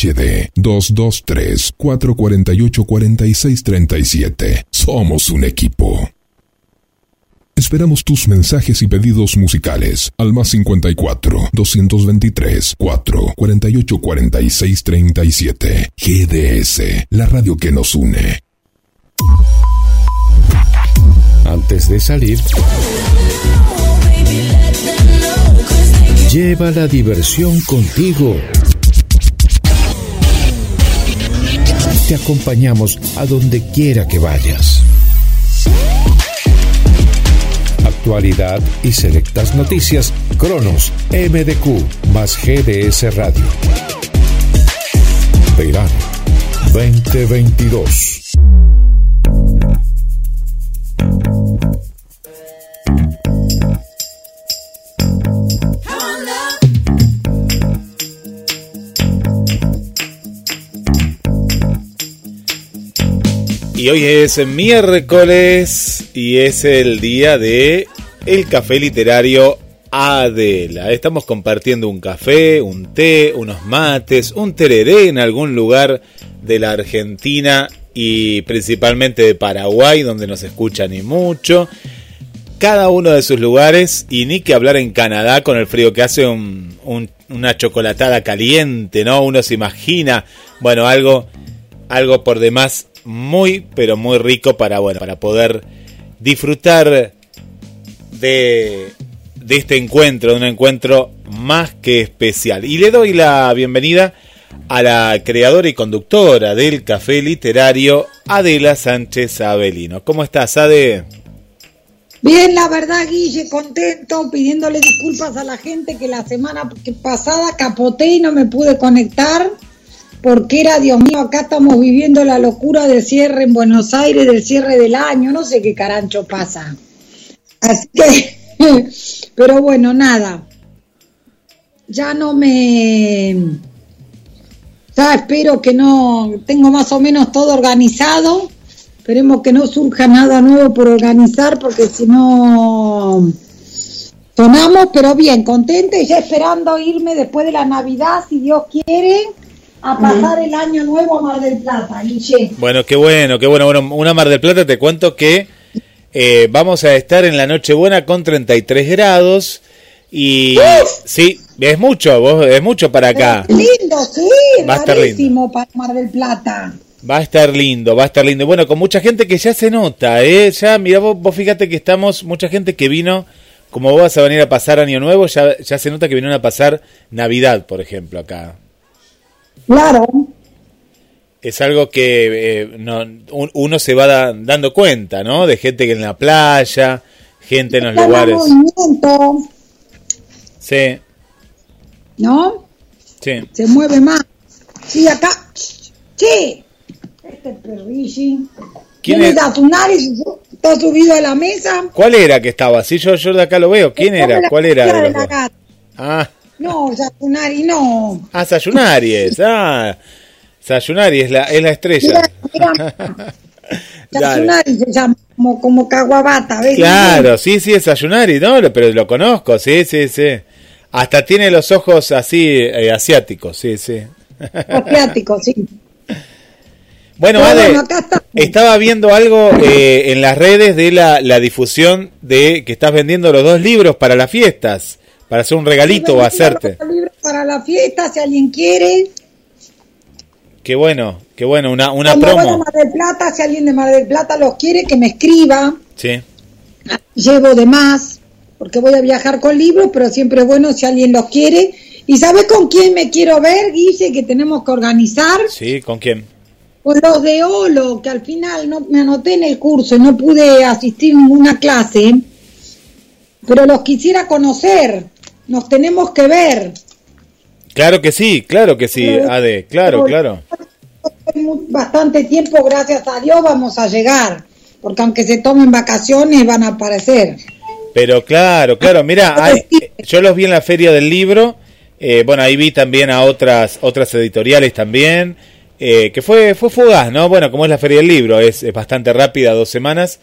HD 223-448-4637. Somos un equipo. Esperamos tus mensajes y pedidos musicales al más 54-223-448-4637. GDS, la radio que nos une. Antes de salir, lleva la diversión contigo. Te acompañamos a donde quiera que vayas. Actualidad y selectas noticias. Cronos, MDQ, más GDS Radio. Verano 2022. Y hoy es miércoles y es el día de el café literario Adela. Estamos compartiendo un café, un té, unos mates, un tereré en algún lugar de la Argentina y principalmente de Paraguay, donde nos escuchan y mucho. Cada uno de sus lugares, y ni que hablar en Canadá con el frío que hace, una chocolatada caliente, ¿no? Uno se imagina, bueno, algo por demás muy, pero muy rico para poder disfrutar de este encuentro, de un encuentro más que especial. Y le doy la bienvenida a la creadora y conductora del café literario, Adela Sánchez Avelino. ¿Cómo estás, Ade? Bien, la verdad, Guille, contento, pidiéndole disculpas a la gente que la semana pasada capoté y no me pude conectar, porque era, Dios mío, acá estamos viviendo la locura del cierre en Buenos Aires, del cierre del año, no sé qué carancho pasa. Así que, pero bueno, nada, ya espero que no, tengo más o menos todo organizado. Esperemos que no surja nada nuevo por organizar, porque si no sonamos, pero bien, contenta y ya esperando irme después de la Navidad, si Dios quiere, a pasar el año nuevo a Mar del Plata, Guille. Bueno, qué bueno. Bueno, una Mar del Plata, te cuento que vamos a estar en la Nochebuena con 33 grados y sí, es mucho para acá. Es lindo, sí, va a estar lindo para Mar del Plata. Va a estar lindo. Bueno, con mucha gente que ya se nota, ya, mirá, vos fíjate que estamos, mucha gente que vino, como vos vas a venir a pasar Año Nuevo, ya se nota que vinieron a pasar Navidad, por ejemplo, acá. Claro. Es algo que uno se va dando cuenta, ¿no? De gente que en la playa, gente en los lugares. Movimiento. Sí. ¿No? Sí. Se mueve más. Sí, acá. Sí. Este perrilli. ¿Quién es Azunari? ¿Está subido a la mesa? ¿Cuál era que estaba? Sí, yo de acá lo veo. ¿Quién era? ¿Cuál era? De la gata. No, Sayunari no. Sayunari es. Sayunari es la estrella. Mira. Sayunari se llama como caguabata, ¿ves? Claro, sí, es Sayunari, ¿no? Pero lo conozco, sí. Hasta tiene los ojos así asiáticos, sí. Asiáticos, sí. Bueno, Ade, estaba viendo algo en las redes de la difusión de que estás vendiendo los 2 libros para las fiestas, para hacer un regalito o hacerte. Los libros para la fiesta, si alguien quiere. Qué bueno, una cuando promo. Voy a Mar del Plata, si alguien de Mar del Plata los quiere, que me escriba. Sí. Llevo de más, porque voy a viajar con libros, pero siempre es bueno si alguien los quiere. ¿Y sabes con quién me quiero ver, Guille, que tenemos que organizar? Sí, ¿con quién? Con los de Olo, que al final no me anoté en el curso y no pude asistir a ninguna clase, pero los quisiera conocer, nos tenemos que ver. Claro que sí, Ade, claro. Bastante tiempo, gracias a Dios, vamos a llegar, porque aunque se tomen vacaciones van a aparecer. Pero claro, mira, yo los vi en la Feria del Libro, ahí vi también a otras editoriales también, que fue fugaz, ¿no? Bueno, como es la Feria del Libro, es bastante rápida, 2 semanas,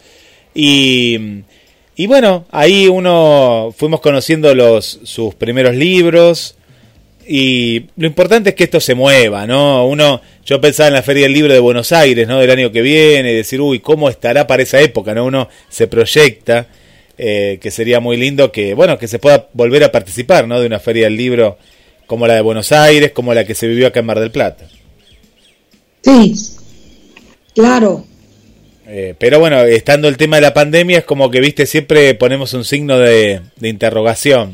y bueno, ahí fuimos conociendo sus primeros libros, y lo importante es que esto se mueva, ¿no? Yo pensaba en la Feria del Libro de Buenos Aires, ¿no? Del año que viene, y decir, uy, ¿cómo estará para esa época, ¿no? Uno se proyecta, que sería muy lindo que se pueda volver a participar, ¿no? De una Feria del Libro como la de Buenos Aires, como la que se vivió acá en Mar del Plata. Sí, claro. Pero bueno, estando el tema de la pandemia, es como que, viste, siempre ponemos un signo de interrogación.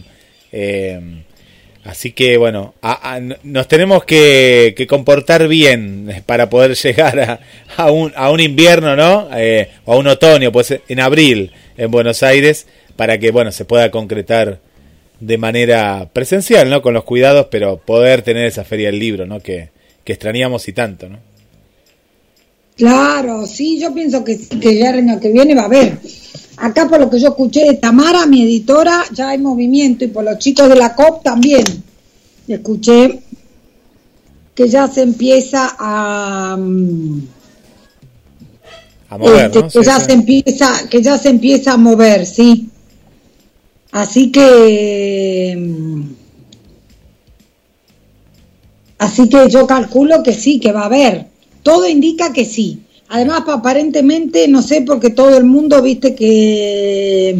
Así que, bueno, nos tenemos que comportar bien para poder llegar a un invierno, ¿no? O a un otoño, pues en abril en Buenos Aires, para que, bueno, se pueda concretar de manera presencial, ¿no? Con los cuidados, pero poder tener esa Feria del Libro, ¿no? Que extrañamos y tanto, ¿no? Claro, sí, yo pienso que ya el año que viene va a haber. Acá, por lo que yo escuché de Tamara, mi editora, ya hay movimiento, y por los chicos de la COP también. Escuché que ya se empieza a mover, ¿no? que ya se empieza a mover, sí. Así que yo calculo que sí, que va a haber. Todo indica que sí. Además, aparentemente, no sé, porque todo el mundo, viste, que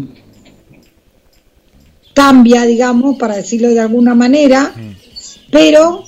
cambia, digamos, para decirlo de alguna manera, pero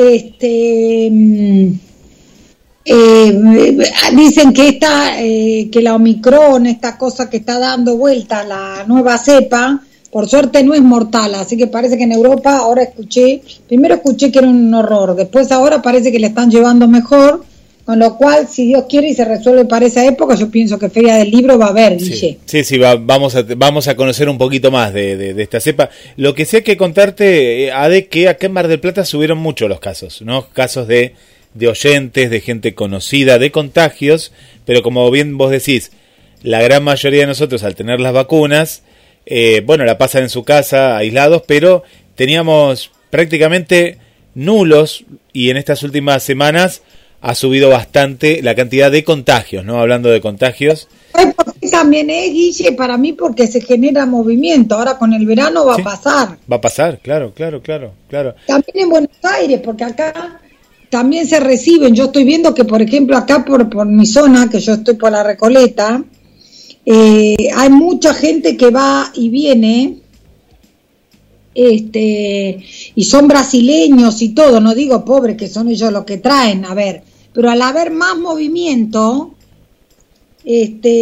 dicen que que la Omicron, esta cosa que está dando vuelta, la nueva cepa, por suerte no es mortal, así que parece que en Europa, ahora primero escuché que era un horror, después ahora parece que le están llevando mejor, con lo cual, si Dios quiere y se resuelve para esa época, yo pienso que Feria del Libro va a haber, Guille. Sí, vamos a conocer un poquito más de esta cepa. Lo que sí hay que contarte, Ade, que acá en Mar del Plata subieron mucho los casos, ¿no? Casos de oyentes, de gente conocida, de contagios, pero como bien vos decís, la gran mayoría de nosotros, al tener las vacunas, la pasan en su casa, aislados, pero teníamos prácticamente nulos, y en estas últimas semanas ha subido bastante la cantidad de contagios, ¿no? Hablando de contagios. También es, Guille, para mí, porque se genera movimiento. Ahora con el verano va a pasar. Va a pasar, claro. También en Buenos Aires, porque acá también se reciben. Yo estoy viendo que, por ejemplo, acá por mi zona, que yo estoy por la Recoleta, hay mucha gente que va y viene, y son brasileños y todo, no digo pobres, que son ellos los que traen, a ver, pero al haber más movimiento, esto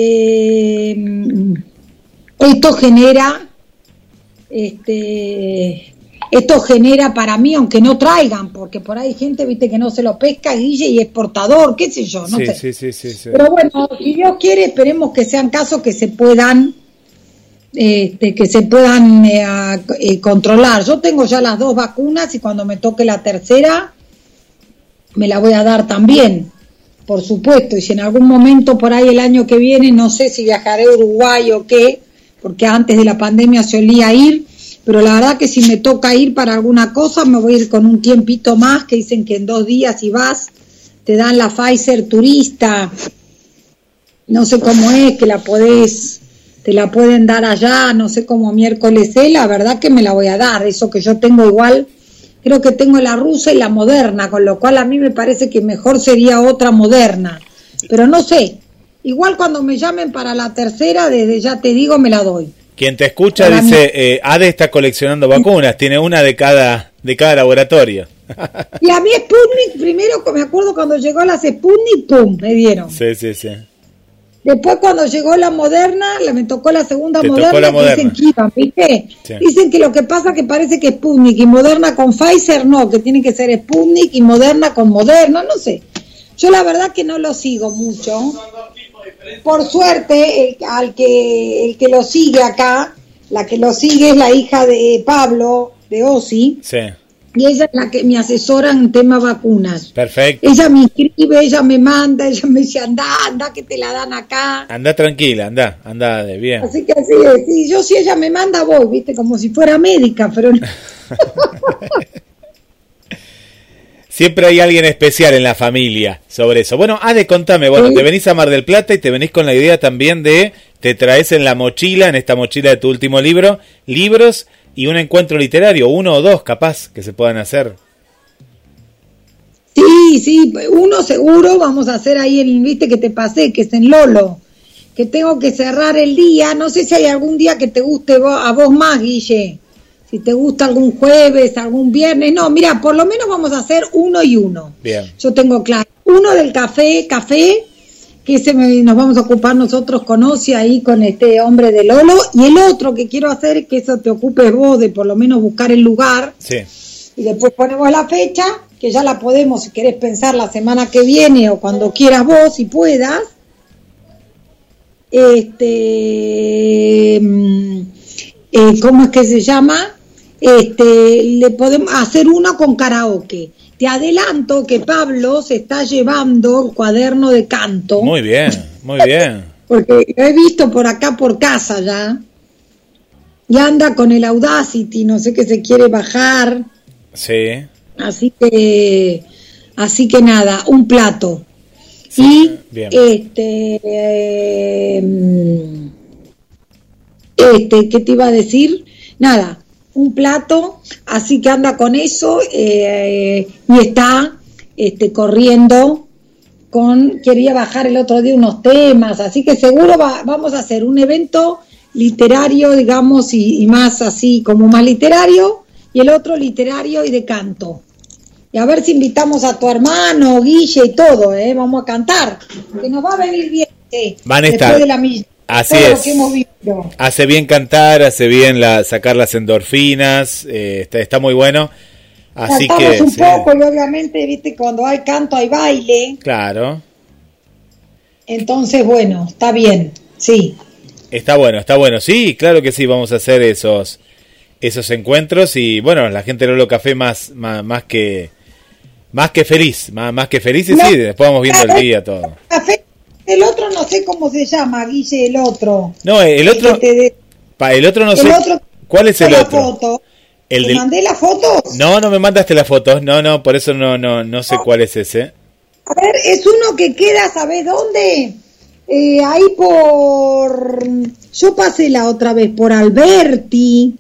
genera para mí, aunque no traigan, porque por ahí hay gente, viste, que no se lo pesca, Guille, y es portador, qué sé yo, no sé. Sí. Pero bueno, si Dios quiere, esperemos que sean casos que se puedan controlar. Yo tengo ya las 2 vacunas, y cuando me toque la tercera me la voy a dar también, por supuesto, y si en algún momento por ahí el año que viene, no sé si viajaré a Uruguay o qué, porque antes de la pandemia solía ir, pero la verdad que si me toca ir para alguna cosa, me voy a ir con un tiempito más, que dicen que en 2 días, si vas, te dan la Pfizer turista, no sé cómo es, que te la pueden dar allá, no sé cómo miércoles es, la verdad que me la voy a dar, eso que yo tengo igual, creo que tengo la rusa y la Moderna, con lo cual a mí me parece que mejor sería otra Moderna, pero no sé, igual cuando me llamen para la tercera, desde ya te digo, me la doy. Quien te escucha dice, Ade está coleccionando vacunas, tiene una de cada laboratorio. Y a mí Sputnik, primero me acuerdo cuando llegó la Sputnik, pum, me dieron. Sí. Después cuando llegó la Moderna, me tocó la segunda Moderna, dicen que iban, ¿viste? Sí. Dicen que lo que pasa que parece que Sputnik y Moderna con Pfizer no, que tiene que ser Sputnik y Moderna con Moderna, no sé. Yo la verdad que no lo sigo mucho. Por suerte, el que lo sigue acá, la que lo sigue es la hija de Pablo, de Osi. Sí. Y ella es la que me asesora en tema vacunas. Perfecto. Ella me inscribe, ella me manda, ella me dice, anda que te la dan acá. Anda tranquila, anda de bien. Así que así es, sí, yo si ella me manda voy, viste, como si fuera médica, pero no. Siempre hay alguien especial en la familia sobre eso. Bueno, Ade, contame, ¿sí? Te venís a Mar del Plata y te venís con la idea también te traes en la mochila, en esta mochila de tu último libro, libros y un encuentro literario, 1 o 2 capaz que se puedan hacer. Sí, uno seguro vamos a hacer ahí viste que te pasé, que es en Lolo, que tengo que cerrar el día, no sé si hay algún día que te guste a vos más, Guille, si te gusta algún jueves, algún viernes, no, mira, por lo menos vamos a hacer 1 y 1. Bien. Yo tengo claro, uno del café, que ese nos vamos a ocupar nosotros con Osi ahí con este hombre de Lolo, y el otro que quiero hacer es que eso te ocupes vos de por lo menos buscar el lugar, sí. Y después ponemos la fecha, que ya la podemos, si querés pensar la semana que viene o cuando quieras vos, si puedas. ¿Cómo es que se llama? Le podemos hacer uno con karaoke. Te adelanto que Pablo se está llevando el cuaderno de canto. Muy bien, muy bien. Porque lo he visto por acá por casa ya. Y anda con el Audacity, no sé qué se quiere bajar. Sí. Así que nada, un plato. Sí, y bien. ¿Qué te iba a decir? Nada, un plato, así que anda con eso y está corriendo quería bajar el otro día unos temas, así que seguro vamos a hacer un evento literario, digamos, y más así, como más literario, y el otro literario y de canto. Y a ver si invitamos a tu hermano, Guille y todo, vamos a cantar, que nos va a venir bien. Van a estar. De la milla, así todo es. lo que hemos visto. Hace bien cantar, hace bien sacar las endorfinas, está muy bueno. Así que un poco y obviamente, viste, cuando hay canto hay baile. Claro. Entonces, bueno, está bien, sí. Está bueno, sí, claro que sí, vamos a hacer esos encuentros y bueno, la gente de Lolo Café más que feliz, más que feliz y no, sí, después vamos viendo el día todo. Café, el otro no sé cómo se llama, Guille, el otro. No, el otro no sé. ¿Cuál es el otro? Foto. ¿Te mandé las fotos? No me mandaste las fotos, no, por eso no sé cuál es ese. A ver, es uno que queda, ¿sabés dónde? Ahí yo pasé la otra vez, por Alberti.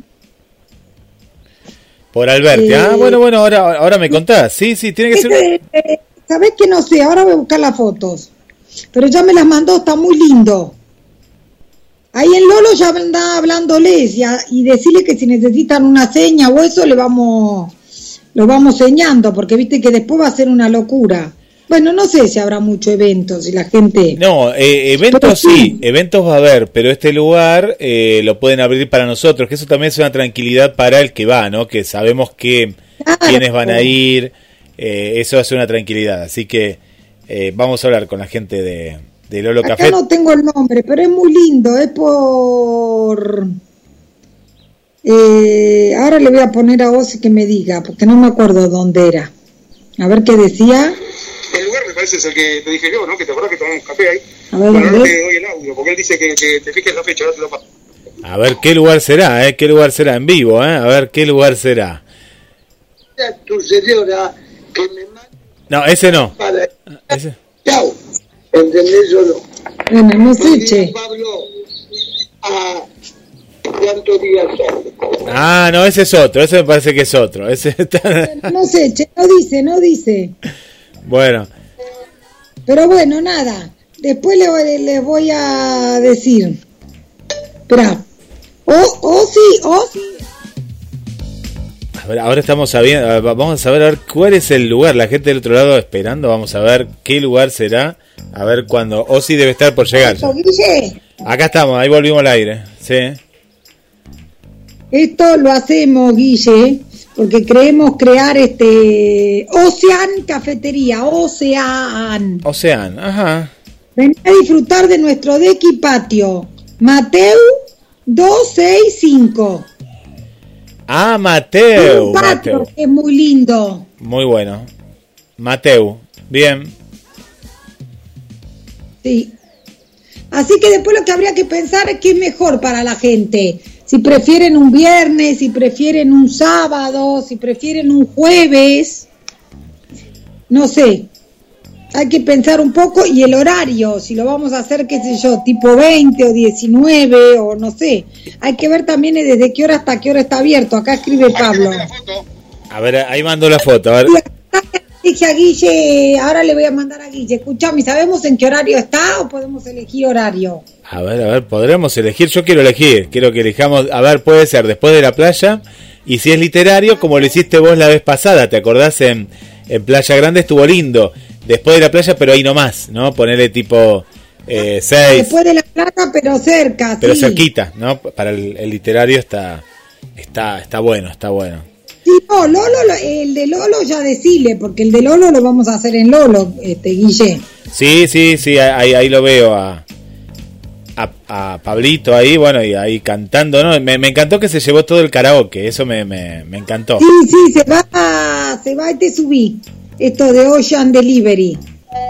Por Alberti, bueno, ahora me contás. Sí, tiene que ser... ¿Sabés que no sé? Ahora voy a buscar las fotos. Pero ya me las mandó, está muy lindo. Ahí en Lolo ya anda hablándoles y decirle que si necesitan una seña o eso lo vamos señando, porque viste que después va a ser una locura. Bueno, no sé si habrá muchos eventos y la gente... No, eventos sí, eventos va a haber, pero este lugar lo pueden abrir para nosotros, que eso también es una tranquilidad para el que va, ¿no? Que sabemos quiénes van a ir, eso es una tranquilidad, así que vamos a hablar con la gente de Lolo Café. Acá no tengo el nombre, pero es muy lindo, es por... ahora le voy a poner a Osi que me diga, porque no me acuerdo dónde era. A ver qué decía... El lugar me parece es el que te dije yo, ¿no? Que te acuerdas que tomamos café ahí. A ver, bueno, no te doy el audio, porque él dice que te fijes la fecha, ahora te lo paso. A ver qué lugar será, qué lugar será en vivo, a ver qué lugar será. Tu señora que me manda... No, ese no. ¿Ese? Chao. ¿Entendés o no? Bueno, no sé, che. Pablo, ¿cuántos días son? No, ese es otro, ese me parece que es otro. Ese está... No sé, che, no dice. Bueno. Pero bueno, nada. Después les voy a decir. Espera. Sí. A ver, ahora estamos sabiendo, vamos a saber a ver cuál es el lugar. La gente del otro lado esperando, vamos a ver qué lugar será. A ver cuándo. Osi debe estar por llegar. Guille. Acá estamos, ahí volvimos al aire. Sí. Esto lo hacemos, Guille, porque creemos crear Ocean Cafetería, Ocean, ajá. Ven a disfrutar de nuestro deck y patio. Mateu 265. Mateu. Un patio que es muy lindo. Muy bueno. Mateu, bien. Sí. Así que después lo que habría que pensar es qué es mejor para la gente. Si prefieren un viernes, si prefieren un sábado, si prefieren un jueves, no sé. hay que pensar un poco, y el horario, si lo vamos a hacer, qué sé yo, tipo 20 o 19 o no sé. Hay que ver también desde qué hora hasta qué hora está abierto. Acá escribe Pablo. A ver, ahí mando la foto, a ver. Dije a Guille, ahora le voy a mandar a Guille. Escuchame, ¿sabemos en qué horario está o podemos elegir horario? A ver, podremos elegir. Yo quiero elegir, quiero que elijamos. A ver, puede ser después de la playa. Y si es literario, como lo hiciste vos la vez pasada, ¿te acordás? En Playa Grande estuvo lindo. Después de la playa, pero ahí nomás, ¿no? Ponerle tipo 6. Después de la playa, pero cerca, pero sí. Cerquita, ¿no? Para el literario está bueno, está bueno. Sí, no, Lolo, el de Lolo ya decile, porque el de Lolo lo vamos a hacer en Lolo, Guille. Sí, ahí lo veo a Pablito ahí, bueno, y ahí cantando, ¿no? Me encantó que se llevó todo el karaoke, eso me encantó. Sí, se va y te subí, esto de Ocean Delivery.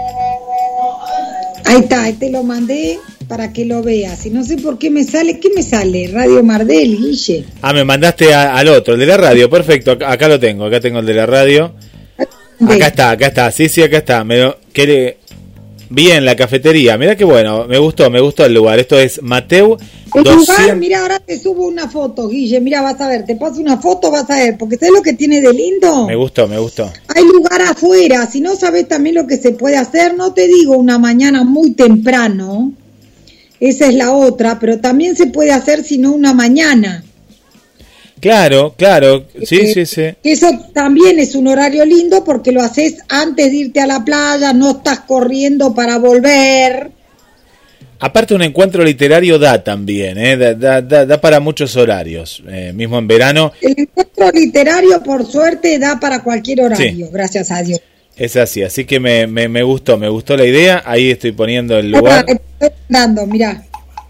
Ahí está, ahí te lo mandé para que lo veas. Y no sé por qué me sale, ¿qué me sale? Radio Mardel, Guille. Me mandaste al otro, el de la radio, perfecto, acá lo tengo, acá tengo el de la radio. Acá está, sí, acá está. Bien, la cafetería, mira qué bueno, me gustó el lugar. Esto es Mateu 200. Lugar, mira, ahora te subo una foto, Guille, mira, vas a ver, te paso una foto, vas a ver, porque ¿sabes lo que tiene de lindo? Me gustó. Hay lugar afuera, si no sabes también lo que se puede hacer, no te digo una mañana muy temprano, esa es la otra, pero también se puede hacer si no una mañana. Claro, sí. Eso también es un horario lindo porque lo haces antes de irte a la playa, no estás corriendo para volver. Aparte un encuentro literario da también, da para muchos horarios, mismo en verano. El encuentro literario por suerte da para cualquier horario, sí. Gracias a Dios. Es así que me gustó la idea, ahí estoy poniendo el lugar. Estoy dando, mirá.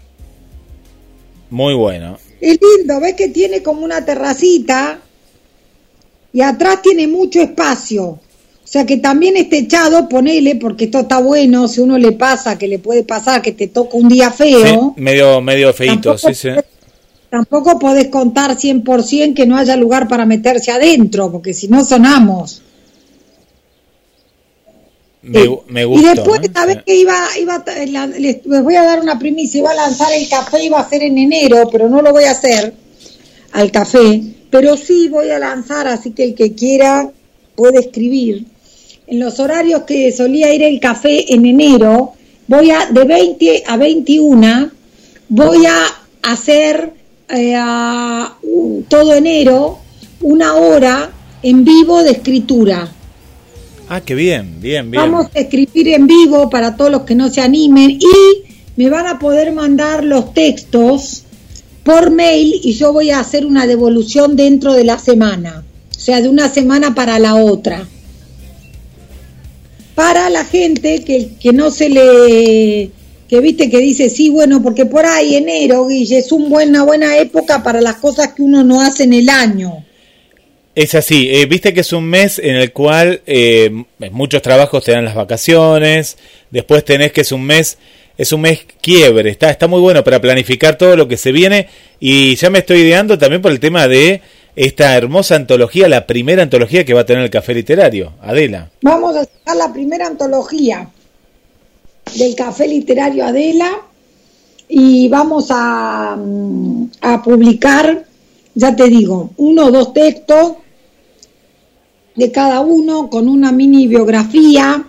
Muy bueno. Es lindo, ves que tiene como una terracita y atrás tiene mucho espacio. O sea que también techado, ponele, porque esto está bueno, si uno le pasa, que le puede pasar, que te toca un día feo. Sí, medio feíto, sí. Tampoco podés contar 100% que no haya lugar para meterse adentro, porque si no sonamos. Me gusta. Y después, ¿sabés que les voy a dar una primicia, iba a lanzar el café, iba a ser en enero, pero no lo voy a hacer al café, pero sí voy a lanzar, así que el que quiera puede escribir. En los horarios que solía ir el café en enero, de 20 a 21, voy a hacer todo enero 1 hora en vivo de escritura. Qué bien. Vamos a escribir en vivo para todos los que no se animen y me van a poder mandar los textos por mail y yo voy a hacer una devolución dentro de la semana. O sea, de una semana para la otra. Para la gente que no se le... que viste que dice, sí, bueno, porque por ahí enero, Guille, es una buena época para las cosas que uno no hace en el año. Es así, viste que es un mes en el cual muchos trabajos te dan las vacaciones, después tenés que es un mes quiebre, está muy bueno para planificar todo lo que se viene y ya me estoy ideando también por el tema de esta hermosa antología, la primera antología que va a tener el Café Literario, Adela. Vamos a sacar la primera antología del Café Literario Adela y vamos a publicar, ya te digo, 1 o 2 textos de cada uno con una mini biografía,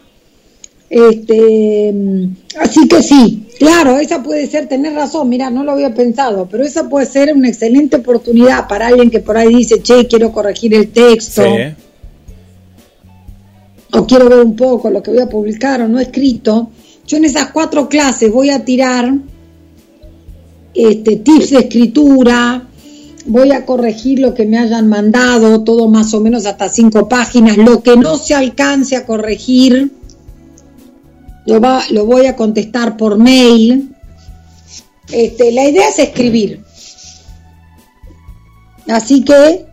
así que sí, claro, esa puede ser, tenés razón, mira, no lo había pensado, pero esa puede ser una excelente oportunidad para alguien que por ahí dice, che, quiero corregir el texto, sí, o quiero ver un poco lo que voy a publicar o no escrito. Yo en esas 4 clases voy a tirar tips de escritura, voy a corregir lo que me hayan mandado, todo más o menos hasta 5 páginas, lo que no se alcance a corregir, lo voy a contestar por mail. La idea es escribir. Así que,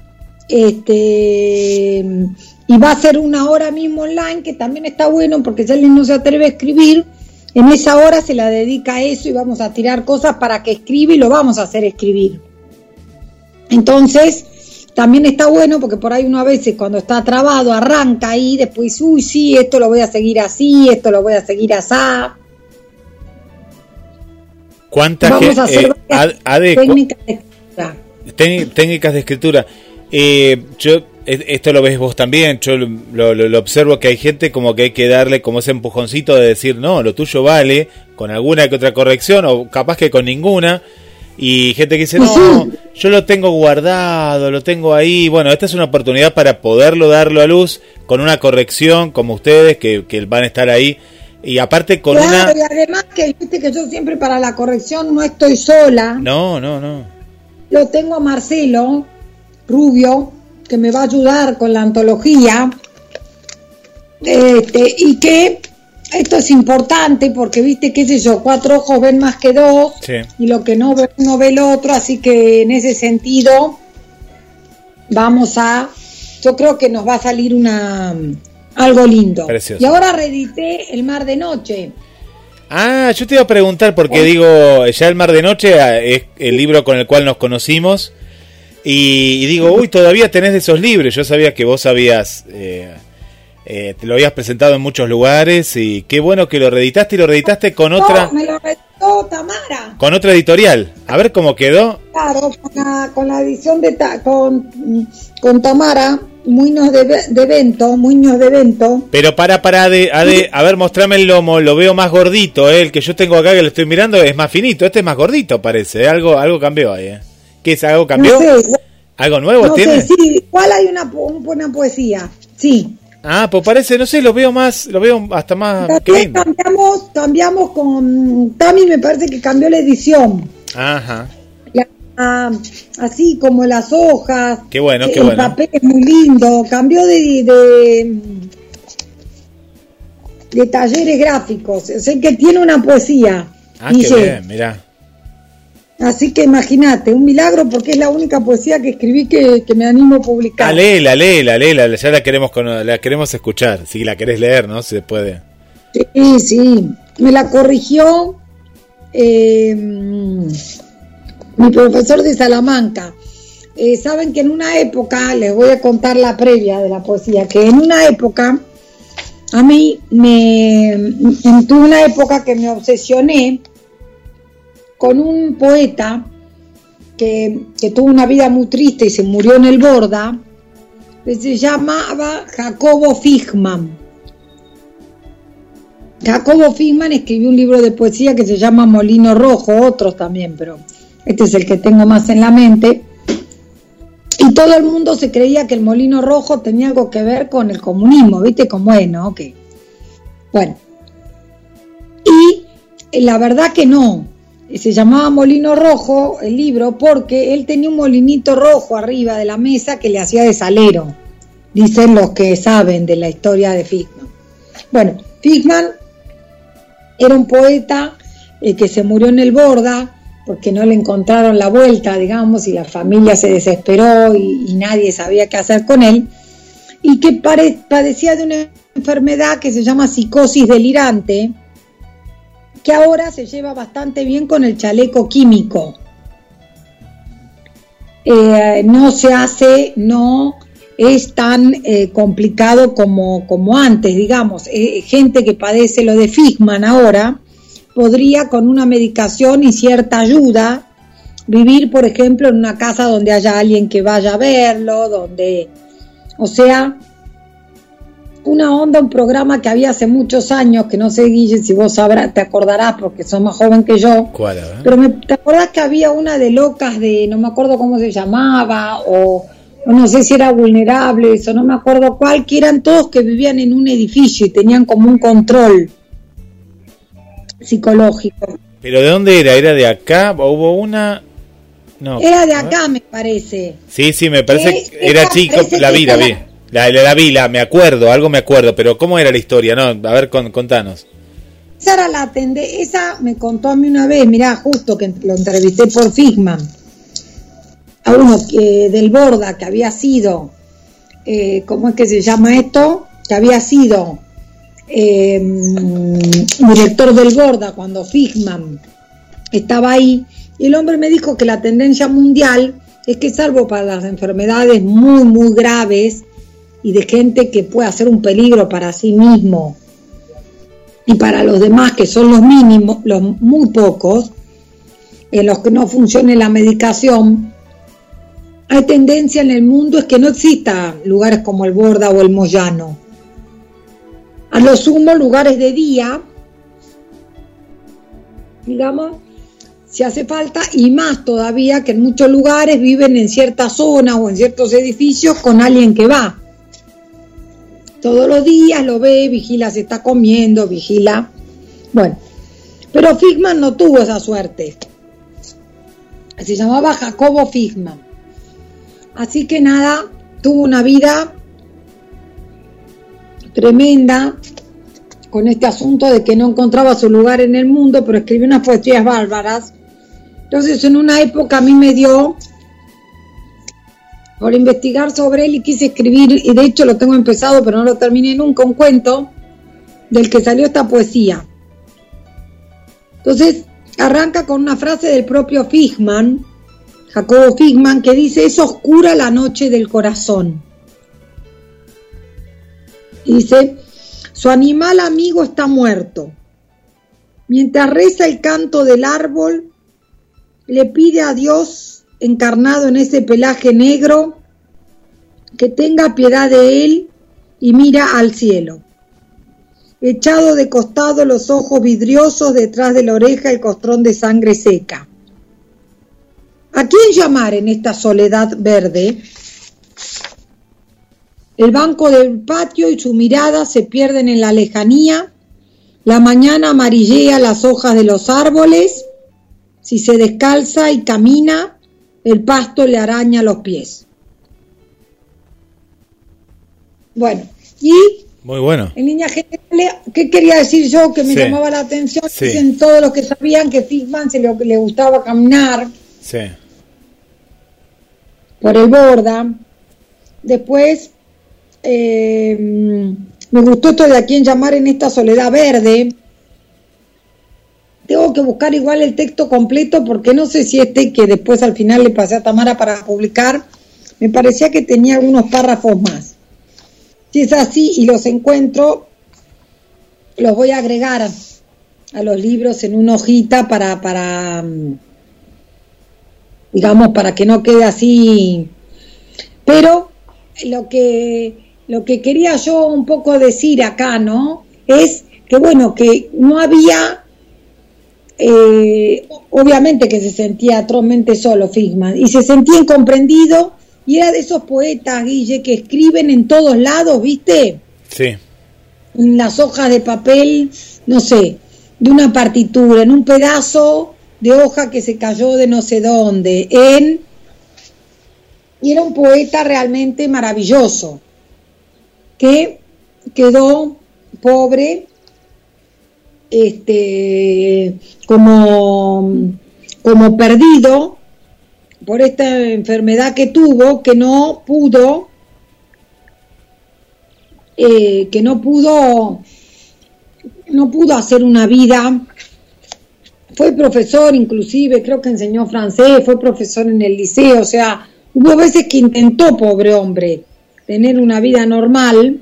y va a ser 1 hora mismo online, que también está bueno, porque si alguien no se atreve a escribir, en esa hora se la dedica a eso y vamos a tirar cosas para que escriba y lo vamos a hacer escribir. Entonces, también está bueno porque por ahí uno a veces cuando está trabado arranca ahí, después, uy, sí, esto lo voy a seguir así, esto lo voy a seguir así. ¿Cuántas Vamos a hacer técnicas de escritura. Técnicas de escritura. Esto lo ves vos también, yo lo observo que hay gente como que hay que darle como ese empujoncito de decir, no, lo tuyo vale, con alguna que otra corrección, o capaz que con ninguna, y gente que dice, no, yo lo tengo guardado, lo tengo ahí. Bueno, esta es una oportunidad para poderlo darlo a luz con una corrección como ustedes, que van a estar ahí, y aparte con claro, y además que viste que yo siempre para la corrección no estoy sola. No. Lo tengo a Marcelo Rubio, que me va a ayudar con la antología, y que esto es importante porque viste, qué sé yo, 4 ojos ven más que 2, sí. Y lo que no ve uno ve el otro, así que en ese sentido yo creo que nos va a salir algo lindo. Precioso. Y ahora reedité El Mar de Noche. Yo te iba a preguntar porque digo, ya El Mar de Noche es el libro con el cual nos conocimos. Y digo, uy, todavía tenés de esos libros. Yo sabía que vos habías te lo habías presentado en muchos lugares, y qué bueno que lo reeditaste, y lo reeditaste con otra. Me lo reeditó Tamara. Con otra editorial. A ver cómo quedó. Claro, con la edición con Tamara, Muñoz de Evento. Pero para a ver, mostrame el lomo, lo veo más gordito, el que yo tengo acá que lo estoy mirando es más finito, este es más gordito parece, algo cambió ahí, ¿Qué es? ¿Algo cambió? No sé, ¿Algo nuevo no tiene? Sé, sí, igual hay una poesía, sí. Pues parece, no sé, lo veo hasta más también que lindo. Cambiamos con Tami, me parece que cambió la edición. Ajá. Así como las hojas. Qué bueno, qué el bueno. El papel es muy lindo, cambió de talleres gráficos, o sea que tiene una poesía. Qué bien, mirá. Así que imagínate, un milagro porque es la única poesía que escribí que me animo a publicar. Léela, ya la queremos escuchar, si la querés leer, ¿no? Se puede. Sí, me la corrigió mi profesor de Salamanca. Saben que en una época, les voy a contar la previa de la poesía, que en una época, a mí tuve una época que me obsesioné con un poeta que tuvo una vida muy triste y se murió en el Borda, que se llamaba Jacobo Fishman. Jacobo Fishman escribió un libro de poesía que se llama Molino Rojo, otros también, pero este es el que tengo más en la mente. Y todo el mundo se creía que el Molino Rojo tenía algo que ver con el comunismo, ¿viste cómo es, no? Okay. Bueno, y la verdad que no. Se llamaba Molino Rojo el libro porque él tenía un molinito rojo arriba de la mesa que le hacía de salero, dicen los que saben de la historia de Fishman. Bueno, Fishman era un poeta que se murió en el Borda porque no le encontraron la vuelta, digamos, y la familia se desesperó y nadie sabía qué hacer con él, y que padecía de una enfermedad que se llama psicosis delirante, que ahora se lleva bastante bien con el chaleco químico. No es tan complicado como antes, digamos. Gente que padece lo de Fishman ahora podría, con una medicación y cierta ayuda, vivir, por ejemplo, en una casa donde haya alguien que vaya a verlo, un programa que había hace muchos años, que no sé, Guille, si vos te acordarás, porque sos más joven que yo. ¿Cuál? Pero ¿te acordás que había una de locas no me acuerdo cómo se llamaba, o no sé si era Vulnerables, o no me acuerdo cuál, que eran todos que vivían en un edificio y tenían como un control psicológico? ¿Pero de dónde era? ¿Era de acá? ¿Hubo una? No. Era de acá, me parece. Sí, me parece que era chico, la vi. La vi, me acuerdo, pero ¿cómo era la historia? No, a ver, contanos. Esa me contó a mí una vez, mirá, justo que lo entrevisté por Fishman, a uno del Borda, que había sido, ¿cómo es que se llama esto? Que había sido director del Borda cuando Fishman estaba ahí, y el hombre me dijo que la tendencia mundial es que salvo para las enfermedades muy, muy graves y de gente que puede hacer un peligro para sí mismo y para los demás, que son los mínimos, los muy pocos, en los que no funcione la medicación, hay tendencia en el mundo es que no exista lugares como el Borda o el Moyano. A lo sumo, lugares de día, digamos, si hace falta, y más todavía que en muchos lugares viven en ciertas zonas o en ciertos edificios con alguien que va. Todos los días lo ve, vigila si está comiendo, vigila. Bueno, pero Fishman no tuvo esa suerte. Se llamaba Jacobo Fishman. Así que nada, tuvo una vida tremenda con este asunto de que no encontraba su lugar en el mundo, pero escribió unas poesías bárbaras. Entonces en una época a mí me dio por investigar sobre él y quise escribir, y de hecho lo tengo empezado pero no lo terminé nunca, un cuento del que salió esta poesía. Entonces arranca con una frase del propio Fishman, Jacobo Fishman, que dice: es oscura la noche del corazón. Y dice: su animal amigo está muerto. Mientras reza el canto del árbol, le pide a Dios, encarnado en ese pelaje negro, que tenga piedad de él y mira al cielo. Echado de costado, los ojos vidriosos, detrás de la oreja el costrón de sangre seca. ¿A quién llamar en esta soledad verde? El banco del patio y su mirada se pierden en la lejanía. La mañana amarillea las hojas de los árboles. Si se descalza y camina, el pasto le araña los pies. Bueno, y muy bueno. En líneas generales, ¿qué quería decir yo? Que me llamaba la atención. Sí. Dicen todos los que sabían que Fishman le gustaba caminar por el Borda. Después me gustó esto de a quién llamar en esta soledad verde. Tengo que buscar igual el texto completo porque no sé si que después al final le pasé a Tamara para publicar, me parecía que tenía algunos párrafos más. Si es así y los encuentro, los voy a agregar a los libros en una hojita para digamos, para que no quede así. Pero lo que quería yo un poco decir acá, ¿no? Es que bueno, que no había, obviamente que se sentía atrozmente solo Fishman, y se sentía incomprendido, y era de esos poetas, Guille, que escriben en todos lados, ¿viste? Sí. En las hojas de papel, no sé, de una partitura, en un pedazo de hoja que se cayó de no sé dónde, y era un poeta realmente maravilloso, que quedó pobre, como perdido por esta enfermedad que tuvo, que no pudo hacer una vida. Fue profesor, inclusive creo que enseñó francés, fue profesor en el liceo, o sea, hubo veces que intentó, pobre hombre, tener una vida normal,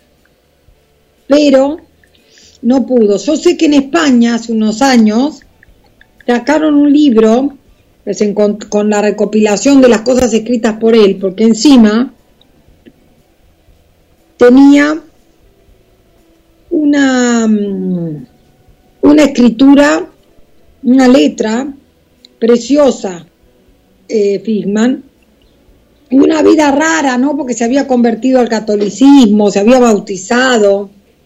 pero no pudo. Yo sé que en España hace unos años sacaron un libro con la recopilación de las cosas escritas por él, porque encima tenía una escritura, una letra preciosa, Fishman, y una vida rara, ¿no? Porque se había convertido al catolicismo, se había bautizado,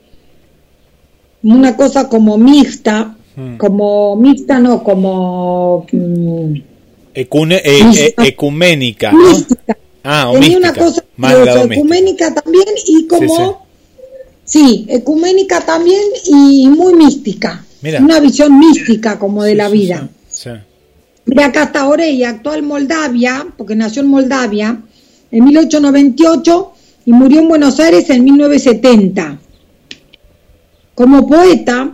una cosa como mixta, como ecuménica, ¿no? Mística. Tenía mística. una cosa ecuménica también, y como ecuménica también, y muy mística. Mira. Una visión mística como de la vida. Sí. Mira, acá está Oreya, actual Moldavia, porque nació en Moldavia en 1898 y murió en Buenos Aires en 1970. Como poeta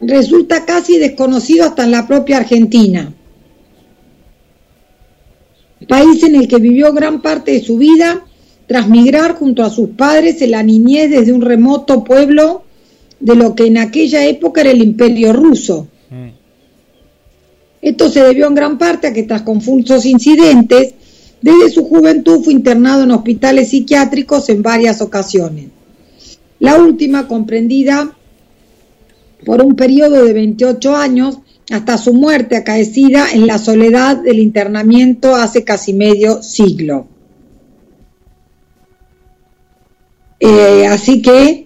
resulta casi desconocido hasta en la propia Argentina. país en el que vivió gran parte de su vida tras migrar junto a sus padres en la niñez desde un remoto pueblo de lo que en aquella época era el Imperio Ruso. Esto se debió en gran parte a que tras confusos incidentes, desde su juventud fue internado en hospitales psiquiátricos en varias ocasiones. La última comprendida por un periodo de 28 años hasta su muerte acaecida en la soledad del internamiento hace casi medio siglo. Así que,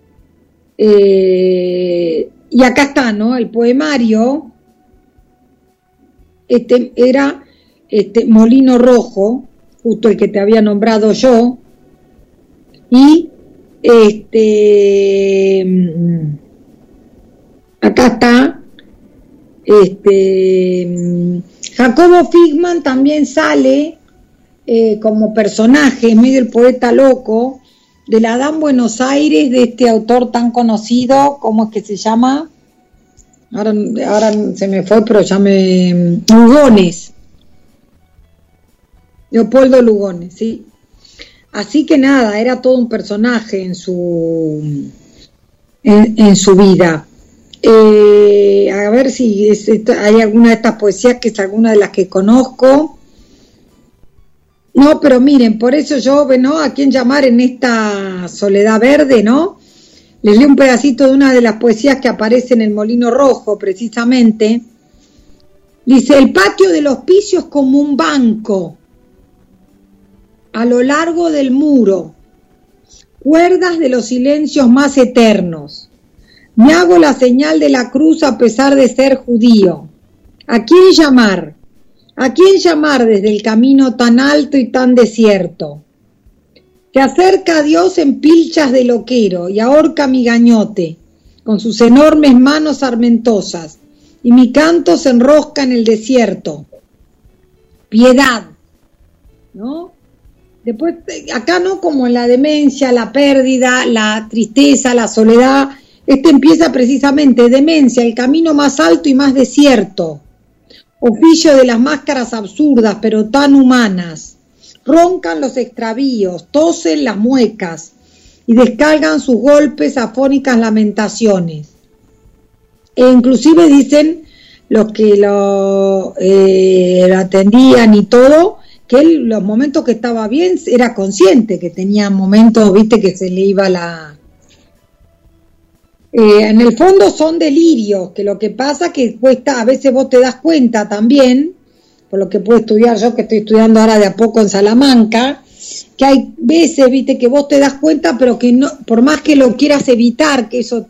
y acá está, ¿no? El poemario, era Molino Rojo, justo el que te había nombrado yo, y acá está, Jacobo Figman también sale como personaje, medio el poeta loco, de la Adán Buenos Aires, de este autor tan conocido, ¿cómo es que se llama? Ahora se me fue, pero ya Lugones. Leopoldo Lugones, sí. Así que nada, era todo un personaje en su vida. A ver si hay alguna de estas poesías que es alguna de las que conozco. No, pero miren, por eso yo, ¿no? ¿A quién llamar en esta soledad verde, no? Les leo un pedacito de una de las poesías que aparece en el Molino Rojo, precisamente. Dice: el patio del hospicio es como un banco a lo largo del muro, cuerdas de los silencios más eternos. Me hago la señal de la cruz a pesar de ser judío. ¿A quién llamar? ¿A quién llamar desde el camino tan alto y tan desierto? Que acerca a Dios en pilchas de loquero y ahorca mi gañote con sus enormes manos armentosas, y mi canto se enrosca en el desierto. Piedad, ¿no? Después, acá no, como en la demencia, la pérdida, la tristeza, la soledad, empieza precisamente: demencia, el camino más alto y más desierto, oficio de las máscaras absurdas pero tan humanas. Roncan los extravíos, tosen las muecas y descargan sus golpes afónicas lamentaciones. E inclusive dicen los que lo atendían y todo, que él, los momentos que estaba bien, era consciente que tenía momentos, viste, que se le iba la... en el fondo son delirios, que lo que pasa que cuesta, a veces vos te das cuenta también, por lo que puedo estudiar yo, que estoy estudiando ahora de a poco en Salamanca, que hay veces, viste, que vos te das cuenta, pero que no, por más que lo quieras evitar, que eso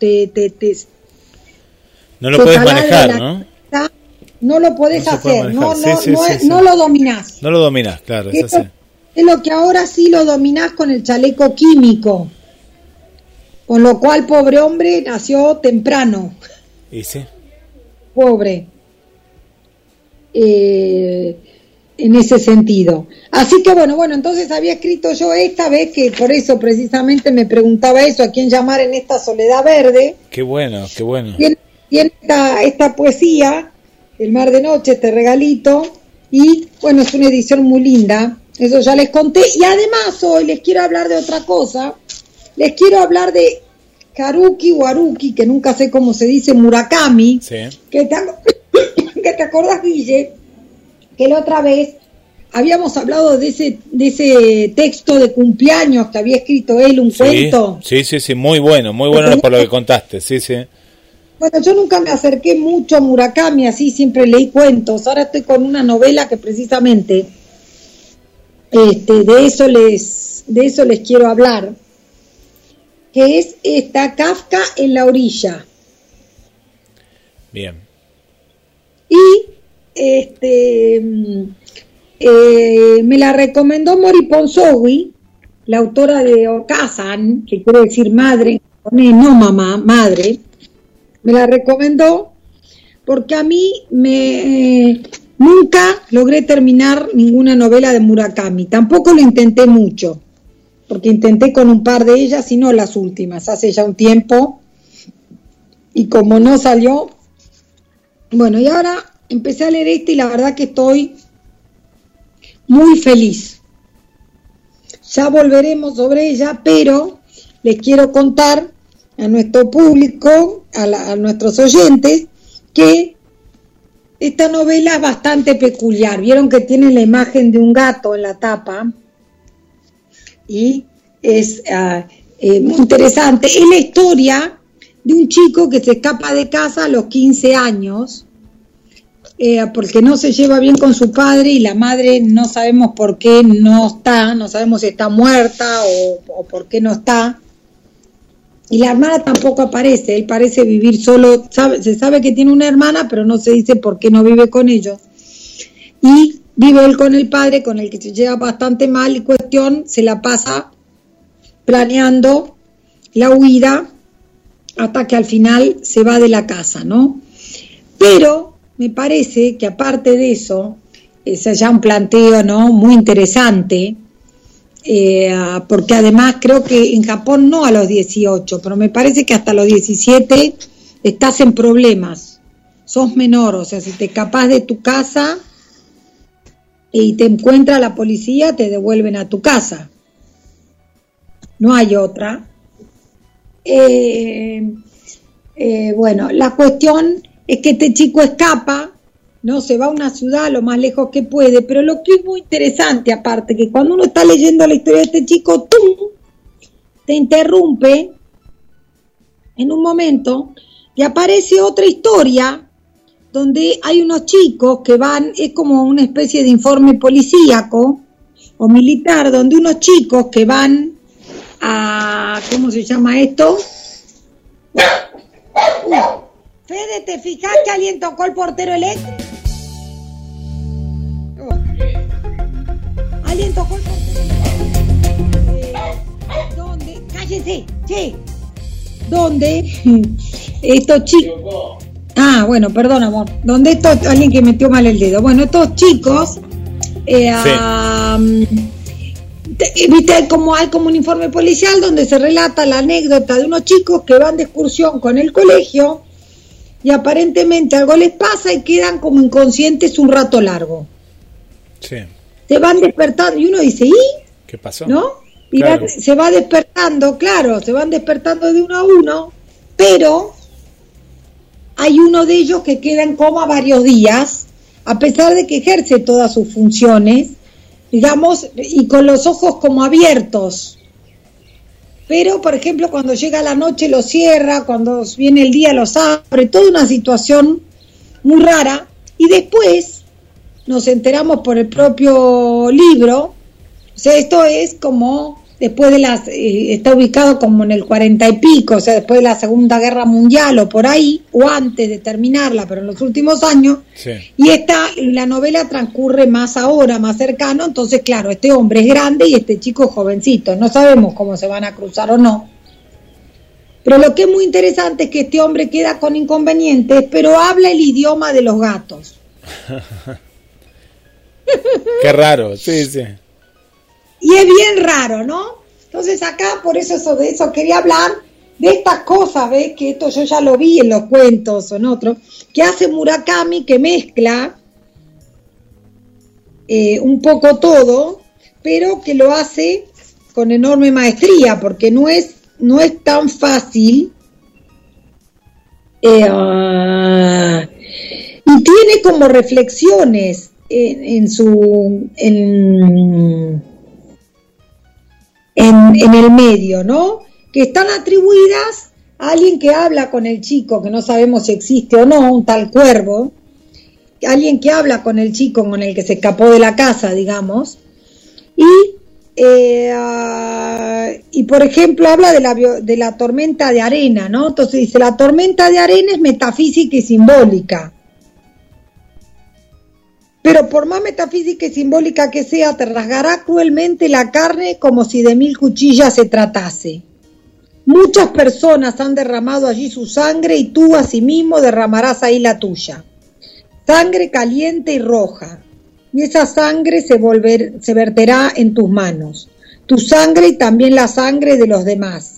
no lo puedes manejar, ¿no? No lo podés hacer, no lo dominás. No lo dominás, claro. Es lo que ahora sí lo dominás con el chaleco químico. Con lo cual, pobre hombre, nació temprano. ¿Y sí? Pobre. En ese sentido. Así que bueno, entonces había escrito yo esta vez, que por eso precisamente me preguntaba eso, a quién llamar en esta soledad verde. Qué bueno. Tiene esta poesía, El mar de noche, este regalito, y bueno, es una edición muy linda, eso ya les conté, y además hoy les quiero hablar de otra cosa. Les quiero hablar de Haruki o Haruki, que nunca sé cómo se dice, Murakami, sí. que te acordás, Guille, que la otra vez habíamos hablado de ese texto de cumpleaños que había escrito él, un cuento. Sí, muy bueno por lo que contaste, sí. Bueno, yo nunca me acerqué mucho a Murakami, así siempre leí cuentos. Ahora estoy con una novela que precisamente de eso les quiero hablar, que es esta, Kafka en la orilla. Bien. Y me la recomendó Mori Ponsogui, la autora de Okazan, que quiere decir madre, no mamá, madre. Me la recomendó porque a mí nunca logré terminar ninguna novela de Murakami. Tampoco lo intenté mucho, porque intenté con un par de ellas y no las últimas, hace ya un tiempo, y como no salió, bueno, y ahora empecé a leer esta y la verdad que estoy muy feliz. Ya volveremos sobre ella, pero les quiero contar a nuestro público, a nuestros oyentes, que esta novela es bastante peculiar. Vieron que tiene la imagen de un gato en la tapa y es muy interesante. Es la historia de un chico que se escapa de casa a los 15 años porque no se lleva bien con su padre y la madre no sabemos por qué no está, no sabemos si está muerta o por qué no está. Y la hermana tampoco aparece, él parece vivir solo, se sabe que tiene una hermana, pero no se dice por qué no vive con ellos. Y vive él con el padre, con el que se lleva bastante mal, y cuestión, se la pasa planeando la huida hasta que al final se va de la casa, ¿no? Pero me parece que aparte de eso, es ya un planteo, ¿no?, muy interesante, porque además creo que en Japón no a los 18, pero me parece que hasta los 17 estás en problemas, sos menor, o sea, si te escapás de tu casa y te encuentra la policía, te devuelven a tu casa, no hay otra. Bueno, la cuestión es que este chico escapa, no, se va a una ciudad lo más lejos que puede, pero lo que es muy interesante, aparte, que cuando uno está leyendo la historia de este chico, ¡tum!, te interrumpe en un momento y aparece otra historia donde hay unos chicos que van, es como una especie de informe policíaco o militar, donde unos chicos que van a, ¿cómo se llama esto? Fede, ¿te fijas que alguien tocó el portero eléctrico? Alguien tocó el portero eléctrico. ¿Dónde? Cállese, che. ¿Dónde? Estos chicos. Ah, bueno, perdón, amor. ¿Dónde estos? Alguien que metió mal el dedo. Bueno, estos chicos. Viste, como hay como un informe policial donde se relata la anécdota de unos chicos que van de excursión con el colegio y aparentemente algo les pasa y quedan como inconscientes un rato largo. Sí. Se van despertando y uno dice, ¿y? ¿Qué pasó? ¿No? Y claro. Se va despertando, claro, se van despertando de uno a uno, pero hay uno de ellos que queda en coma varios días, a pesar de que ejerce todas sus funciones, digamos, y con los ojos como abiertos. Pero, por ejemplo, cuando llega la noche lo cierra, cuando viene el día los abre, toda una situación muy rara. Y después nos enteramos por el propio libro, o sea, esto es como después de las, está ubicado como en el 40 y pico, o sea, después de la Segunda Guerra Mundial o por ahí, o antes de terminarla, pero en los últimos años, sí. Y la novela transcurre más ahora, más cercano, entonces claro, este hombre es grande y este chico es jovencito, no sabemos cómo se van a cruzar o no, pero lo que es muy interesante es que este hombre queda con inconvenientes, pero habla el idioma de los gatos. Qué raro, sí, sí. Y es bien raro, ¿no? Entonces acá, por eso de eso quería hablar, de estas cosas, ¿ves? Que esto yo ya lo vi en los cuentos o en otros, que hace Murakami, que mezcla un poco todo, pero que lo hace con enorme maestría, porque no es tan fácil, y tiene como reflexiones en el medio, ¿no? Que están atribuidas a alguien que habla con el chico, que no sabemos si existe o no, un tal Cuervo, alguien que habla con el chico con el que se escapó de la casa, digamos, y por ejemplo habla de la tormenta de arena, ¿no? Entonces dice, la tormenta de arena es metafísica y simbólica. Pero por más metafísica y simbólica que sea, te rasgará cruelmente la carne como si de 1000 cuchillas se tratase. Muchas personas han derramado allí su sangre y tú asimismo derramarás ahí la tuya. Sangre caliente y roja. Y esa sangre se verterá en tus manos. Tu sangre y también la sangre de los demás.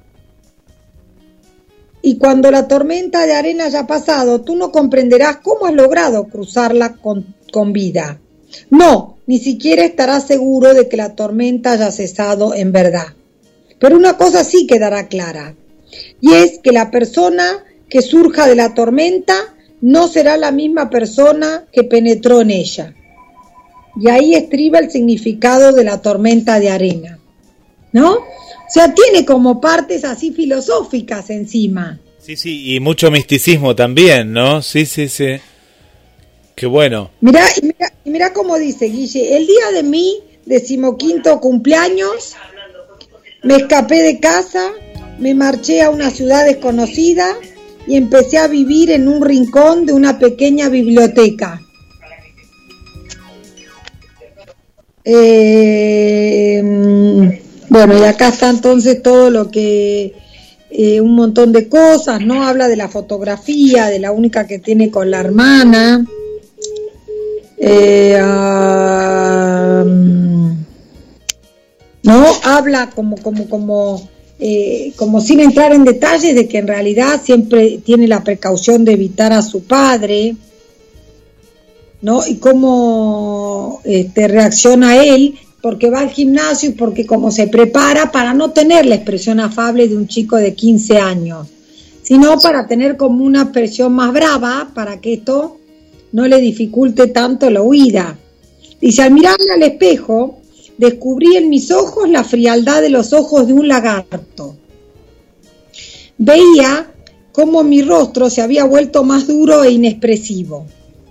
Y cuando la tormenta de arena haya pasado, tú no comprenderás cómo has logrado cruzarla con vida. No, ni siquiera estará seguro de que la tormenta haya cesado en verdad. Pero una cosa sí quedará clara, y es que la persona que surja de la tormenta no será la misma persona que penetró en ella. Y ahí estriba el significado de la tormenta de arena, ¿no? O sea, tiene como partes así filosóficas encima. Sí, y mucho misticismo también, ¿no? Sí. Qué bueno. Mirá cómo dice Guille: el día de mi 15º cumpleaños me escapé de casa, me marché a una ciudad desconocida y empecé a vivir en un rincón de una pequeña biblioteca. Bueno, y acá está entonces todo lo que... un montón de cosas, ¿no? Habla de la fotografía, de la única que tiene con la hermana. ¿No? Habla como sin entrar en detalles de que en realidad siempre tiene la precaución de evitar a su padre, ¿no? Y cómo reacciona él, porque va al gimnasio y porque como se prepara para no tener la expresión afable de un chico de 15 años, sino para tener como una expresión más brava, para que esto no le dificulte tanto la huida. Dice: al mirarme al espejo, descubrí en mis ojos la frialdad de los ojos de un lagarto. Veía cómo mi rostro se había vuelto más duro e inexpresivo.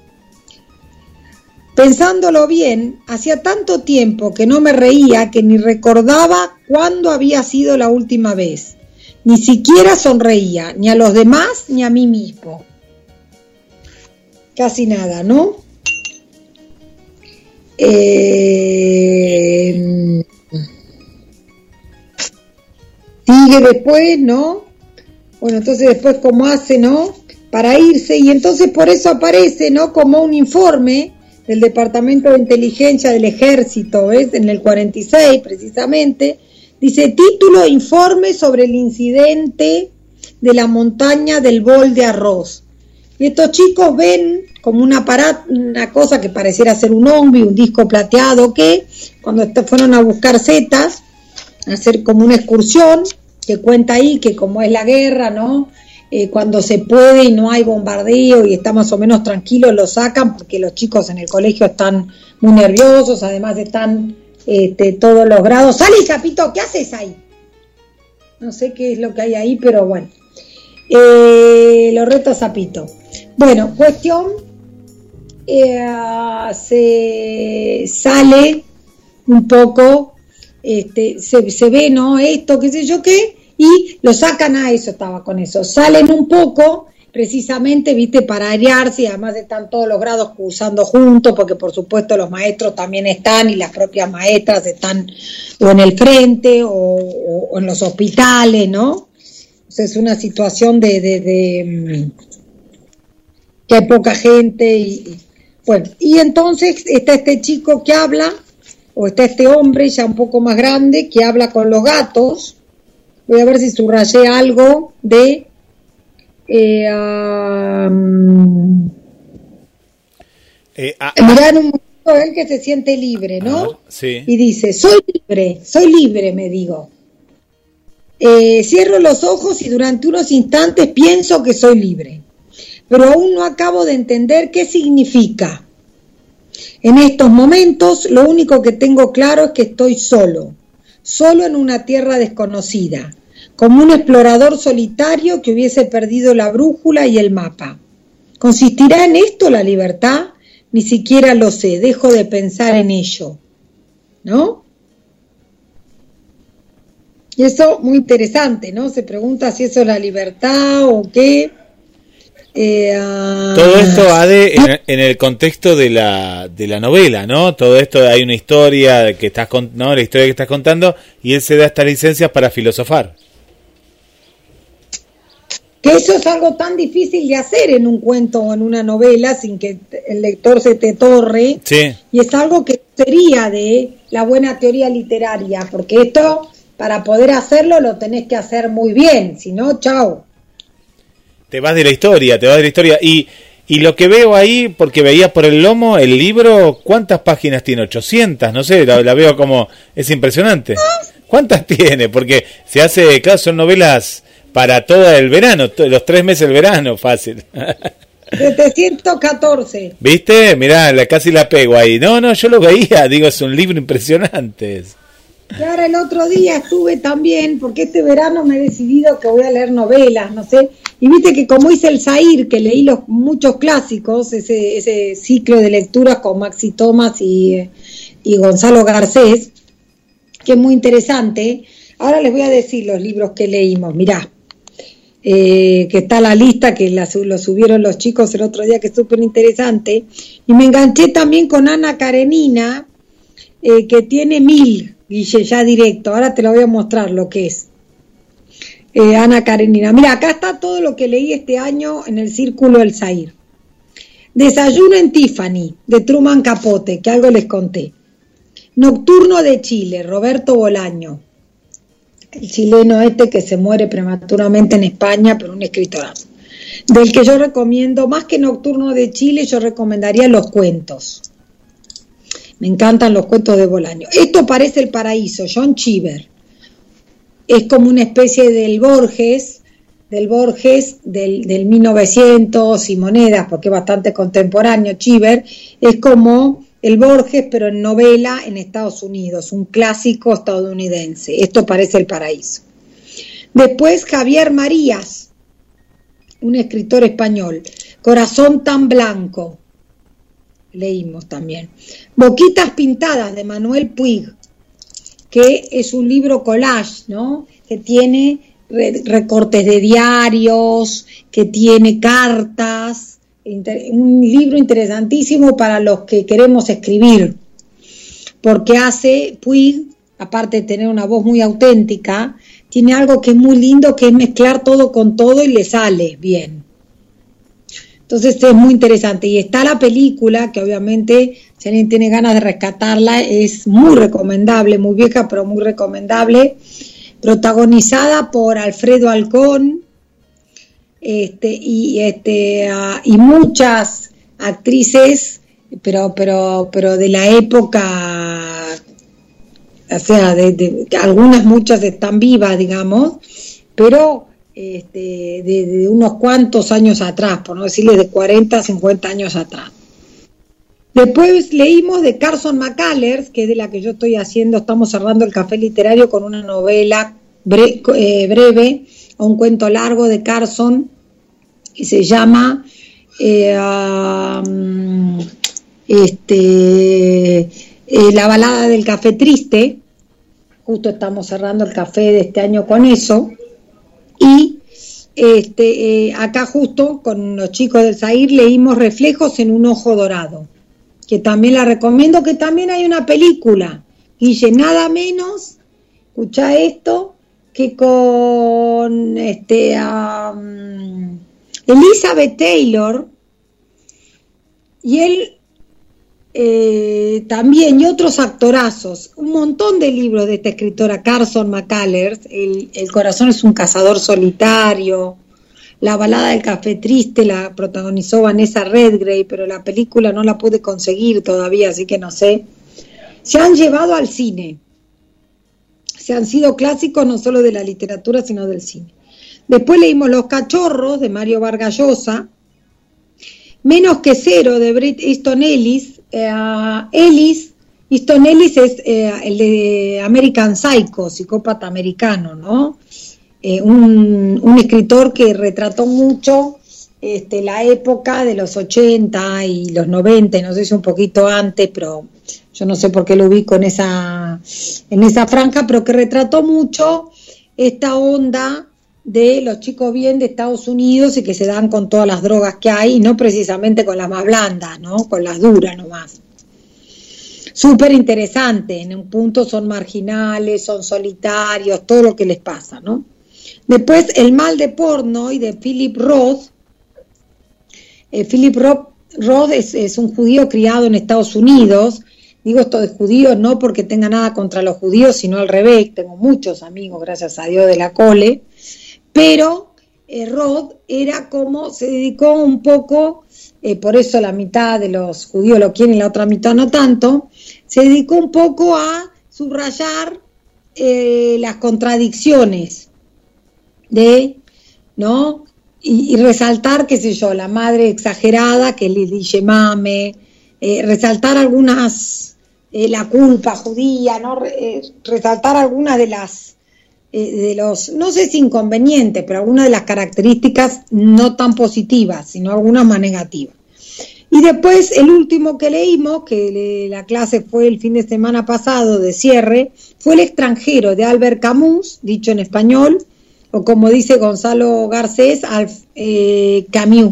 Pensándolo bien, hacía tanto tiempo que no me reía que ni recordaba cuándo había sido la última vez. Ni siquiera sonreía, ni a los demás ni a mí mismo. Casi nada, ¿no? Sigue después, ¿no? Bueno, entonces después cómo hace, ¿no? Para irse, y entonces por eso aparece, ¿no? Como un informe del Departamento de Inteligencia del Ejército, ¿ves? En el 46 precisamente, dice: título: informe sobre el incidente de la montaña del bol de arroz. Y estos chicos ven como una cosa que pareciera ser un ombi, un disco plateado, que cuando fueron a buscar setas, a hacer como una excursión, que cuenta ahí que como es la guerra, ¿no? Cuando se puede y no hay bombardeo y está más o menos tranquilo, lo sacan porque los chicos en el colegio están muy nerviosos, además están todos los grados. ¡Sale, Zapito! ¿Qué haces ahí? No sé qué es lo que hay ahí, pero bueno. Lo reto a Zapito. Bueno, cuestión, se sale un poco, se ve, ¿no? Esto, qué sé yo qué, y lo sacan a eso, estaba con eso. Salen un poco, precisamente, viste, para airearse, y además están todos los grados cursando juntos, porque por supuesto los maestros también están, y las propias maestras están o en el frente o en los hospitales, ¿no? Es una situación de que hay poca gente y bueno, y entonces está este chico que habla, o está este hombre ya un poco más grande que habla con los gatos. Voy a ver si subrayé algo de mirá en un momento él que se siente libre, ¿no? Sí. Y dice: soy libre, me digo. Cierro los ojos y durante unos instantes pienso que soy libre, pero aún no acabo de entender qué significa. En estos momentos lo único que tengo claro es que estoy solo en una tierra desconocida, como un explorador solitario que hubiese perdido la brújula y el mapa. ¿Consistirá en esto la libertad? Ni siquiera lo sé, dejo de pensar en ello, ¿no? Y eso muy interesante, ¿no? Se pregunta si eso es la libertad o qué. Todo esto, Ade, en el contexto de la novela, ¿no? Todo esto, hay una historia que estás ¿no? La historia que estás contando, y él se da estas licencias para filosofar. Que eso es algo tan difícil de hacer en un cuento o en una novela sin que el lector se te torre. Sí. Y es algo que sería de la buena teoría literaria, porque esto, para poder hacerlo, lo tenés que hacer muy bien, si no, chao. Te vas de la historia, y Y lo que veo ahí, porque veía por el lomo el libro, ¿cuántas páginas tiene? 800, no sé, la veo como, es impresionante. ¿Cuántas tiene? Porque se hace, claro, son novelas para todo el verano, los 3 meses del verano, fácil. 714. ¿Viste? Mirá, casi la pego ahí. No, yo lo veía, digo, es un libro impresionante. Y ahora el otro día estuve también, porque este verano me he decidido que voy a leer novelas, no sé, y viste que como hice el Zahir, que leí muchos clásicos, ese ciclo de lecturas con Maxi Thomas y Gonzalo Garcés, que es muy interesante. Ahora les voy a decir los libros que leímos, mirá, que está la lista, que lo subieron los chicos el otro día, que es súper interesante, y me enganché también con Ana Karenina, que tiene 1000, Guille, ya directo, ahora te lo voy a mostrar lo que es. Ana Karenina, mira, acá está todo lo que leí este año en el Círculo del Zahir. Desayuno en Tiffany, de Truman Capote, que algo les conté. Nocturno de Chile, Roberto Bolaño, el chileno que se muere prematuramente en España, pero un escritorazo. Del que yo recomiendo, más que Nocturno de Chile, yo recomendaría los cuentos. Me encantan los cuentos de Bolaño. Esto parece el paraíso, John Cheever. Es como una especie del Borges del 1900 y monedas, porque es bastante contemporáneo. Cheever es como el Borges, pero en novela en Estados Unidos, un clásico estadounidense. Esto parece el paraíso. Después Javier Marías, un escritor español. Corazón tan blanco. Leímos también. Boquitas pintadas, de Manuel Puig, que es un libro collage, ¿no? Que tiene recortes de diarios, que tiene cartas, un libro interesantísimo para los que queremos escribir, porque hace Puig, aparte de tener una voz muy auténtica, tiene algo que es muy lindo, que es mezclar todo con todo y le sale bien. Entonces es muy interesante. Y está la película, que obviamente, si alguien tiene ganas de rescatarla, es muy recomendable, muy vieja, pero muy recomendable, protagonizada por Alfredo Alcón, y muchas actrices, pero de la época, o sea, muchas están vivas, digamos, pero de unos cuantos años atrás, por no decirles de 40, 50 años atrás. Después leímos de Carson McCullers, que es de la que yo estoy haciendo, estamos cerrando el café literario con una novela breve, o un cuento largo de Carson, que se llama La balada del café triste. Justo estamos cerrando el café de este año con eso. Y acá justo con los chicos del Zahir leímos Reflejos en un ojo dorado, que también la recomiendo, que también hay una película, Guille, nada menos, escucha esto, que con Elizabeth Taylor, y él también, y otros actorazos, un montón de libros de esta escritora Carson McCullers. El corazón es un cazador solitario, La balada del café triste la protagonizó Vanessa Redgrave, pero la película no la pude conseguir todavía, así que no sé. Se han llevado al cine, se han sido clásicos no solo de la literatura sino del cine. Después leímos Los cachorros de Mario Vargas Llosa, Menos que cero de Bret Easton Ellis. Easton Ellis es el de American Psycho, psicópata americano, ¿no? Un escritor que retrató mucho la época de los 80 y los 90, no sé si un poquito antes, pero yo no sé por qué lo ubico en esa franja, pero que retrató mucho esta onda de los chicos bien de Estados Unidos y que se dan con todas las drogas que hay, y no precisamente con las más blandas, ¿no? Con las duras nomás. Súper interesante, en un punto son marginales, son solitarios, todo lo que les pasa, ¿no? Después El mal de Portnoy de Philip Roth. Philip Roth es un judío criado en Estados Unidos. Digo esto de judíos no porque tenga nada contra los judíos, sino al revés. Tengo muchos amigos, gracias a Dios, de la cole. Pero Roth era como, se dedicó un poco, por eso la mitad de los judíos lo quieren y la otra mitad no tanto, se dedicó un poco a subrayar las contradicciones ¿no? Y resaltar, qué sé yo, la madre exagerada que le dice mame, resaltar algunas, la culpa judía, ¿no? Resaltar algunas de las, de los, no sé si inconvenientes, pero algunas de las características no tan positivas, sino algunas más negativas. Y después el último que leímos, que la clase fue el fin de semana pasado de cierre, fue El extranjero de Albert Camus, dicho en español, o como dice Gonzalo Garcés, Camus,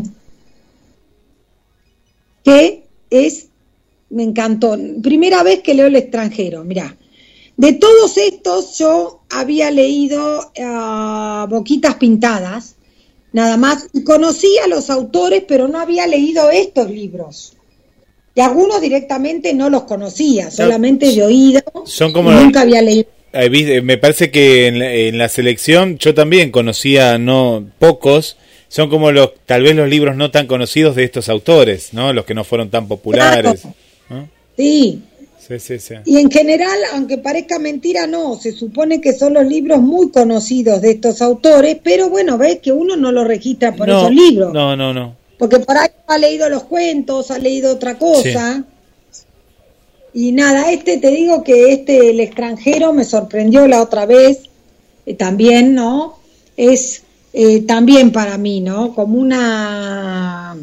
que me encantó. Primera vez que leo El extranjero, mirá. De todos estos yo había leído Boquitas Pintadas, nada más, y conocía a los autores, pero no había leído estos libros. Y algunos directamente no los conocía, solamente de oído, son como nunca había leído. Me parece que en la selección yo también conocía, no pocos, son como tal vez los libros no tan conocidos de estos autores, ¿no? Los que no fueron tan populares. Claro. ¿No? Sí. Sí. Y en general, aunque parezca mentira, no, se supone que son los libros muy conocidos de estos autores, pero bueno, ves que uno no lo registra por esos libros. No. Porque por ahí ha leído los cuentos, ha leído otra cosa. Sí. Y nada, te digo que El extranjero me sorprendió la otra vez, también, ¿no? Es también para mí, ¿no? Como una...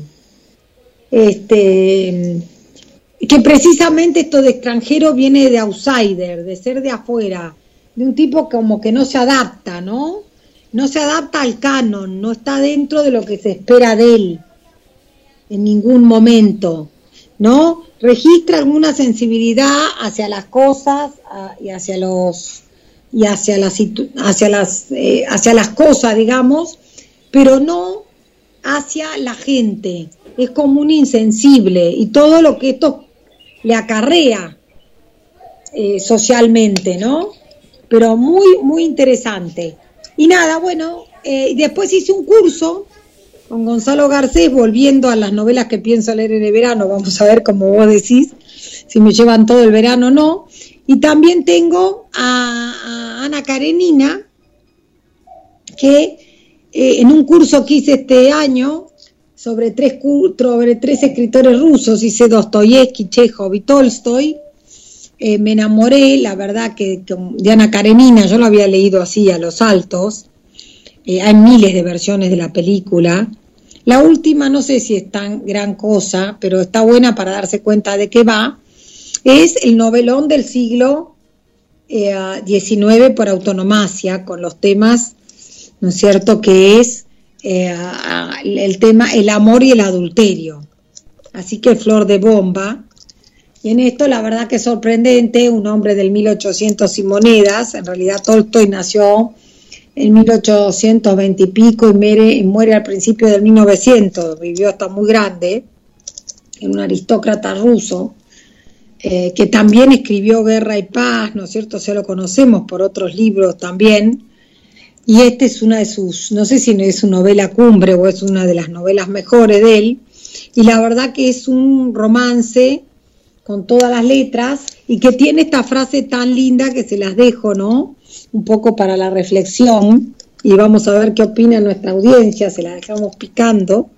que precisamente esto de extranjero viene de outsider, de ser de afuera, de un tipo como que no se adapta, ¿no? No se adapta al canon, no está dentro de lo que se espera de él en ningún momento, ¿no? Registra alguna sensibilidad hacia las cosas y hacia las cosas, digamos, pero no hacia la gente. Es como un insensible y todo lo que esto le acarrea socialmente, ¿no? Pero muy, muy interesante. Y nada, bueno, después hice un curso con Gonzalo Garcés, volviendo a las novelas que pienso leer en el verano. Vamos a ver, como vos decís, si me llevan todo el verano o no. Y también tengo a Ana Karenina, que en un curso que hice este año sobre tres escritores rusos, hice Dostoyevsky, Chekhov y Tolstoy, me enamoré, la verdad que de Ana Karenina, yo lo había leído así a los altos, hay miles de versiones de la película. La última no sé si es tan gran cosa, pero está buena para darse cuenta de qué va. Es el novelón del siglo XIX por autonomasia, con los temas, ¿no es cierto?, que es el tema, el amor y el adulterio. Así que flor de bomba. Y en esto la verdad que es sorprendente, un hombre del 1800 y monedas, en realidad Tolstoy nació en 1820 y pico y muere al principio del 1900, vivió hasta muy grande, un aristócrata ruso, que también escribió Guerra y Paz, ¿no es cierto? O sea, lo conocemos por otros libros también, y es una de sus, no sé si es su novela cumbre o es una de las novelas mejores de él, y la verdad que es un romance con todas las letras, y que tiene esta frase tan linda que se las dejo, ¿no?, un poco para la reflexión, y vamos a ver qué opina nuestra audiencia, se la dejamos picando,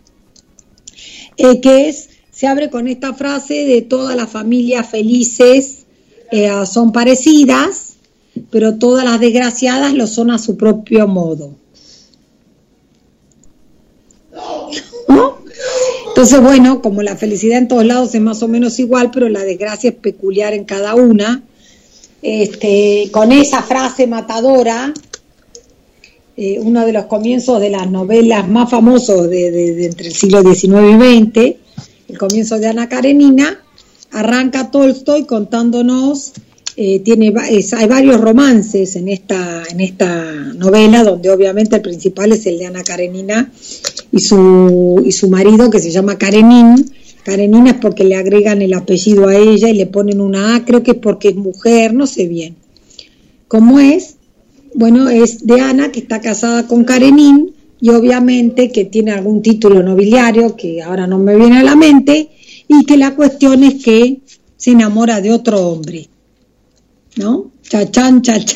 que se abre con esta frase de todas las familias felices son parecidas, pero todas las desgraciadas lo son a su propio modo. ¿No? Entonces, bueno, como la felicidad en todos lados es más o menos igual, pero la desgracia es peculiar en cada una, con esa frase matadora, uno de los comienzos de las novelas más famosos de entre el siglo XIX y XX, el comienzo de Ana Karenina, arranca Tolstoy contándonos, hay varios romances en esta novela, donde obviamente el principal es el de Ana Karenina y su marido, que se llama Karenin. Karenina es porque le agregan el apellido a ella y le ponen una A, creo que es porque es mujer, no sé bien cómo es. Bueno, es de Ana, que está casada con Karenin, y obviamente que tiene algún título nobiliario que ahora no me viene a la mente, y que la cuestión es que se enamora de otro hombre, ¿no? Chachán, chachán.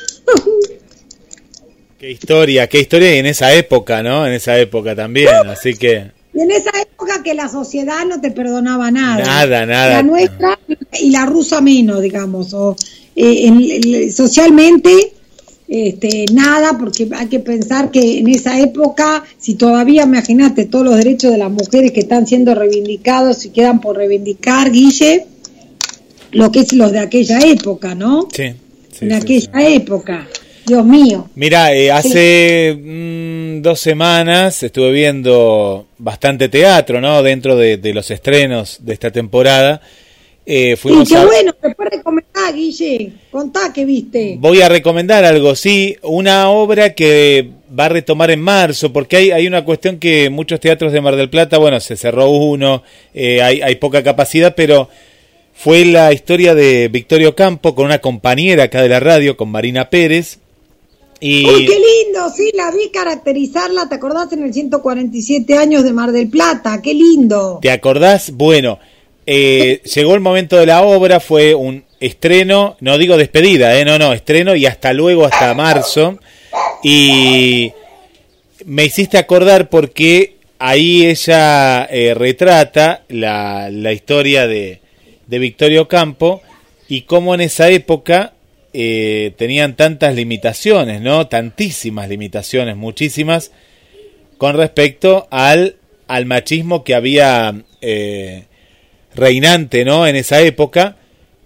Qué historia, y en esa época, ¿no? En esa época también, así que... Y en esa época que la sociedad no te perdonaba nada. Nada. La nuestra y la rusa menos, digamos, o socialmente... nada, porque hay que pensar que en esa época, si todavía, imagínate, todos los derechos de las mujeres que están siendo reivindicados y quedan por reivindicar, Guille, lo que es los de aquella época, ¿no? Sí. En aquella época, Dios mío. Mira, hace 2 semanas estuve viendo bastante teatro, ¿no? Dentro de los estrenos de esta temporada. Fuimos qué bueno, te puedes recomendar, Guille, contá que viste. Voy a recomendar algo, sí, una obra que va a retomar en marzo, porque hay una cuestión que muchos teatros de Mar del Plata, bueno, se cerró uno, hay poca capacidad, pero fue la historia de Victorio Campo con una compañera acá de la radio, con Marina Pérez. ¡Uy, qué lindo! Sí, la vi caracterizarla, ¿te acordás? En el 147 años de Mar del Plata, ¡qué lindo! ¿Te acordás? Bueno... llegó el momento de la obra, fue un estreno, no digo despedida, estreno y hasta luego, hasta marzo, y me hiciste acordar porque ahí ella retrata la historia de Victorio Campo y cómo en esa época tenían tantas limitaciones, ¿no? Tantísimas limitaciones, muchísimas, con respecto al machismo que había... reinante, ¿no? En esa época,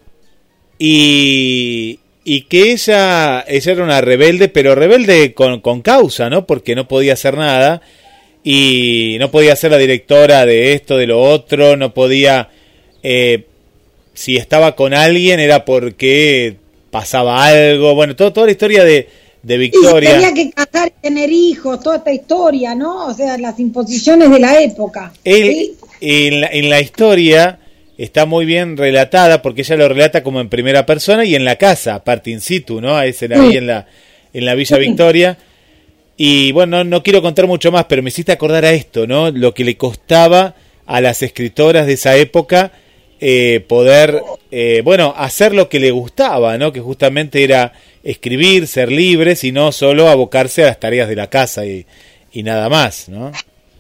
y que ella era una rebelde, pero rebelde con causa, ¿no? Porque no podía hacer nada, y no podía ser la directora de esto, de lo otro, no podía, si estaba con alguien era porque pasaba algo, bueno, toda la historia de Victoria. Y tenía que casar y tener hijos, toda esta historia, ¿no? O sea, las imposiciones de la época. ¿Sí? En la historia está muy bien relatada porque ella lo relata como en primera persona y en la casa, aparte in situ, ¿no? Ahí en la Villa Victoria. Y bueno, no quiero contar mucho más, pero me hiciste acordar a esto, ¿no? Lo que le costaba a las escritoras de esa época poder, hacer lo que le gustaba, ¿no? Que justamente era escribir, ser libres y no solo abocarse a las tareas de la casa y nada más, ¿no?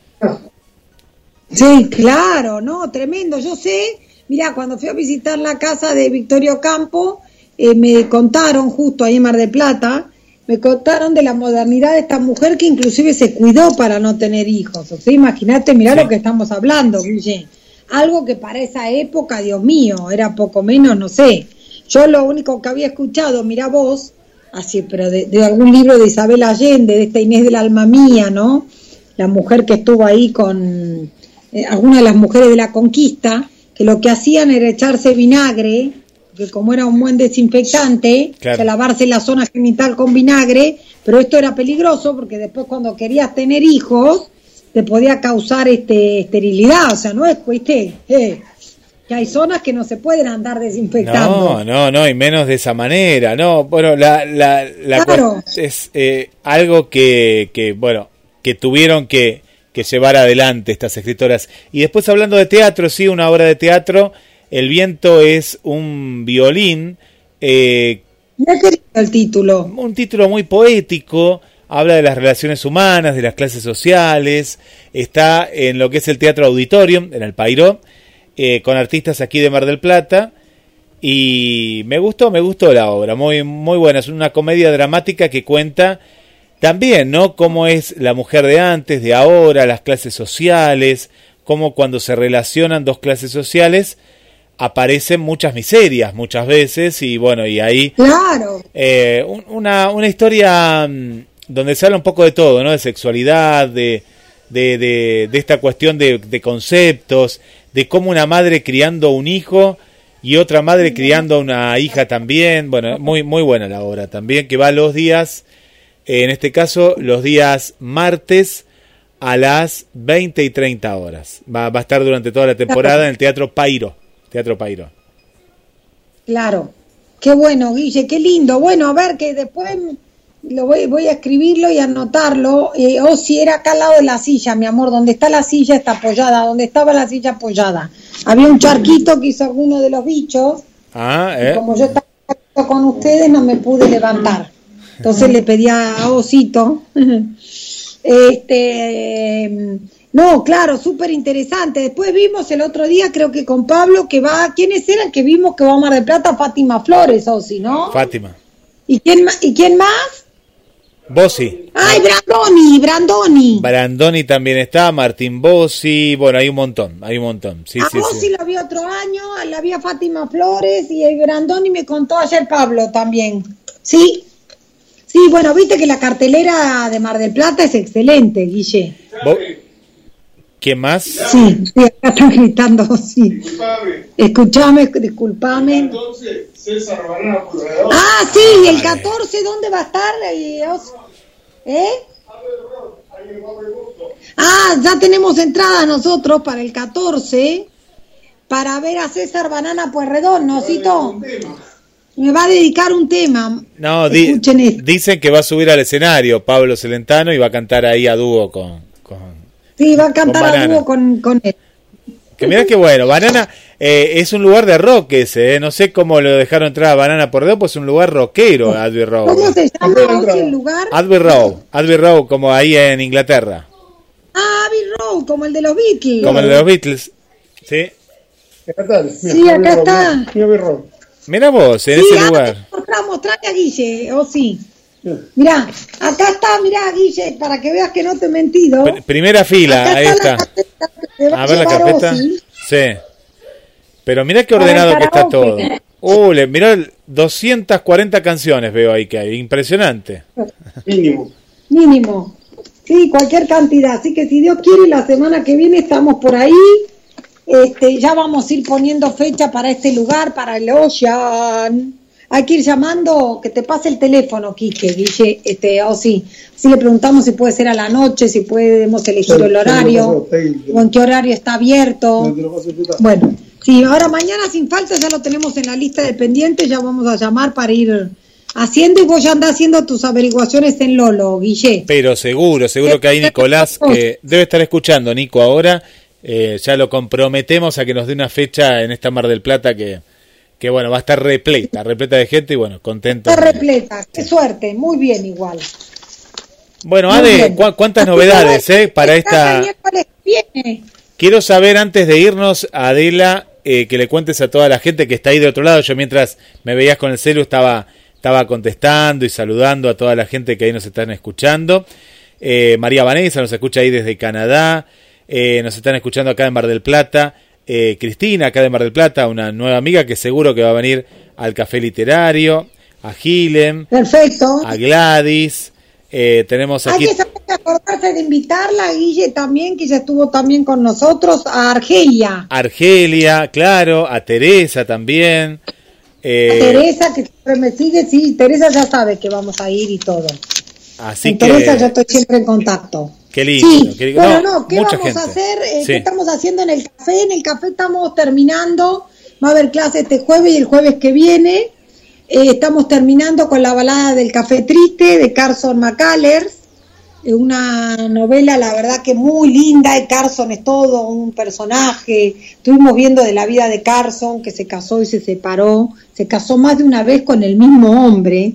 Sí, claro, no, tremendo. Yo sé, mirá, cuando fui a visitar la casa de Victorio Campo, me contaron, justo ahí en Mar del Plata, me contaron de la modernidad de esta mujer que inclusive se cuidó para no tener hijos. O sea, imagínate, mirá lo que estamos hablando, Guille. Algo que para esa época, Dios mío, era poco menos, no sé. Yo lo único que había escuchado, mirá vos, así, pero de algún libro de Isabel Allende, de esta Inés del alma mía, ¿no? La mujer que estuvo ahí con... algunas de las mujeres de la conquista, que lo que hacían era echarse vinagre, que como era un buen desinfectante, claro, o sea, lavarse la zona genital con vinagre, pero esto era peligroso porque después cuando querías tener hijos te podía causar esterilidad, o sea, no es que hay zonas que no se pueden andar desinfectando. No, y menos de esa manera, no, bueno, claro, es algo que tuvieron que llevar adelante estas escritoras. Y después hablando de teatro, sí, una obra de teatro, El viento es un violín. Mira qué lindo el título. Un título muy poético, habla de las relaciones humanas, de las clases sociales, está en lo que es el Teatro Auditorium, en el Pairó, con artistas aquí de Mar del Plata, y me gustó la obra, muy, muy buena, es una comedia dramática que cuenta también, ¿no? Cómo es la mujer de antes, de ahora, las clases sociales, cómo cuando se relacionan dos clases sociales aparecen muchas miserias muchas veces y bueno, y ahí claro, una historia donde se habla un poco de todo, ¿no? De sexualidad, de esta cuestión de conceptos, de cómo una madre criando un hijo y otra madre criando a una hija también. Bueno, muy, muy buena la obra también, que va los días, en este caso, los días martes a las 20 y 30 horas. Va a estar durante toda la temporada en el Teatro Pairó. Claro. Qué bueno, Guille, qué lindo. Bueno, a ver, que después voy a escribirlo y anotarlo. Si era acá al lado de la silla, mi amor, donde está la silla está apoyada, donde estaba la silla apoyada. Había un charquito que hizo alguno de los bichos. Y como yo estaba con ustedes no me pude levantar. Entonces le pedí a Osito. No, claro, súper interesante. Después vimos el otro día, creo que con Pablo, que va... ¿Quiénes eran que vimos que va a Mar del Plata? Fátima Flores, Osi, ¿no? Fátima. ¿Y quién más? Bossi. ¡Ay, Brandoni! Brandoni también está, Martín Bossi, bueno, hay un montón. Sí, Bossi lo vi otro año, la vi a Fátima Flores y el Brandoni me contó ayer Pablo también. Sí, bueno, viste que la cartelera de Mar del Plata es excelente, Guille. ¿Quién más? Sí, acá están gritando, sí. Disculpame. Entonces, César Banana por el lado. Sí, el 14, ¿dónde va a estar? Ya tenemos entrada nosotros para el 14 para ver a César Banana Pueyrredón, ¿no, Cito? Me va a dedicar un tema. No, dicen que va a subir al escenario Pablo Celentano y va a cantar ahí a dúo con sí, va a cantar a dúo con él. Que mirá que bueno, Banana es un lugar de rock ese, no sé cómo lo dejaron entrar a Banana por dedo, pues es un lugar rockero, Abbey Road. ¿Cómo se llama el lugar? Abbey Road, como ahí en Inglaterra. Abbey Road, como el de los Beatles. Como el de los Beatles, sí. Sí, acá está. Mirá vos, en ese lugar. Mostrame a Guille, sí. Mirá, acá está, mirá, Guille, para que veas que no te he mentido. Primera fila, acá ahí está. A ver la carpeta. Sí. Pero mirá qué ordenado que está todo. Mirá, 240 canciones veo ahí que hay. Impresionante. Mínimo. Sí, cualquier cantidad. Así que si Dios quiere, la semana que viene estamos por ahí. Ya vamos a ir poniendo fecha para este lugar, para el Ocean. Hay que ir llamando, que te pase el teléfono, Quique, Guille, sí. Si le preguntamos si puede ser a la noche, si podemos elegir el horario, o en qué horario está abierto. Bueno, sí, ahora mañana sin falta ya lo tenemos en la lista de pendientes, ya vamos a llamar para ir haciendo, y vos ya andás haciendo tus averiguaciones en Lolo, Guille. Pero seguro que hay Nicolás, que debe estar escuchando, Nico, ahora, ya lo comprometemos a que nos dé una fecha en esta Mar del Plata que bueno, va a estar repleta de gente y bueno, contento. Está repleta, qué suerte, muy bien igual. Bueno, Ade, ¿cuántas novedades para esta? Quiero saber antes de irnos, Adela, que le cuentes a toda la gente que está ahí de otro lado. Yo mientras me veías con el celu estaba contestando y saludando a toda la gente que ahí nos están escuchando. María Vanessa nos escucha ahí desde Canadá, nos están escuchando acá en Mar del Plata. Cristina, acá de Mar del Plata, una nueva amiga que seguro que va a venir al Café Literario, a Gilem, perfecto, a Gladys, tenemos aquí... Hay que acordarse de invitarla a Guille también, que ya estuvo también con nosotros, a Argelia, claro, a Teresa también. A Teresa, que siempre me sigue, sí, Teresa ya sabe que vamos a ir y todo. Así con Teresa yo estoy siempre en contacto. Qué lindo. Sí, qué lindo. Bueno, ¿qué vamos a hacer? ¿Qué estamos haciendo en el café? En el café estamos terminando, va a haber clase este jueves y el jueves que viene. Estamos terminando con la balada del Café Triste de Carson McCullers, una novela, la verdad que muy linda. Carson es todo un personaje. Estuvimos viendo de la vida de Carson, que se casó y se separó. Se casó más de una vez con el mismo hombre.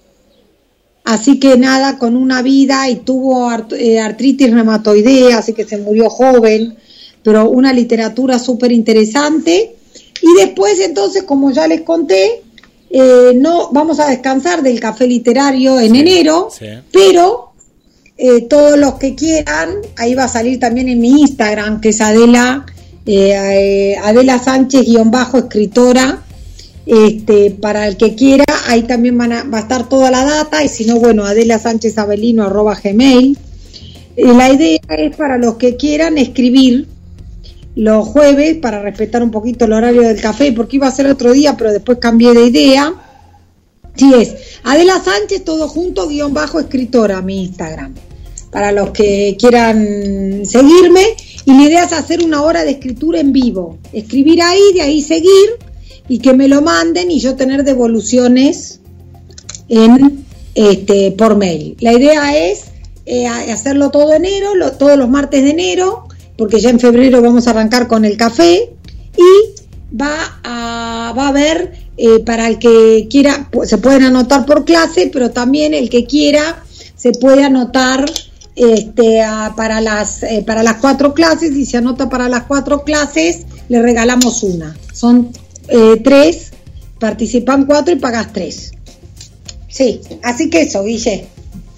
Así que nada, con una vida, y tuvo artritis reumatoidea, así que se murió joven, pero una literatura súper interesante. Y después, entonces, como ya les conté, no vamos a descansar del Café Literario en enero, pero todos los que quieran, ahí va a salir también en mi Instagram, que es Adela Sánchez_escritora. Para el que quiera, ahí también va a estar toda la data, y si no, bueno, adelasanchezabelino@gmail. La idea es para los que quieran escribir los jueves, para respetar un poquito el horario del café, porque iba a ser otro día, pero después cambié de idea. Sí, es Adela Sánchez, todo junto, _escritora, mi Instagram, para los que quieran seguirme. Y la idea es hacer una hora de escritura en vivo, escribir ahí, de ahí seguir, y que me lo manden y yo tener devoluciones en por mail. La idea es hacerlo todo enero, todos los martes de enero, porque ya en febrero vamos a arrancar con el café, y va a haber, para el que quiera, se pueden anotar por clase, pero también el que quiera se puede anotar para las 4 clases, y se anota para las 4 clases, le regalamos una. Son 3, participan 4 y pagas 3. Sí, así que eso, Guille.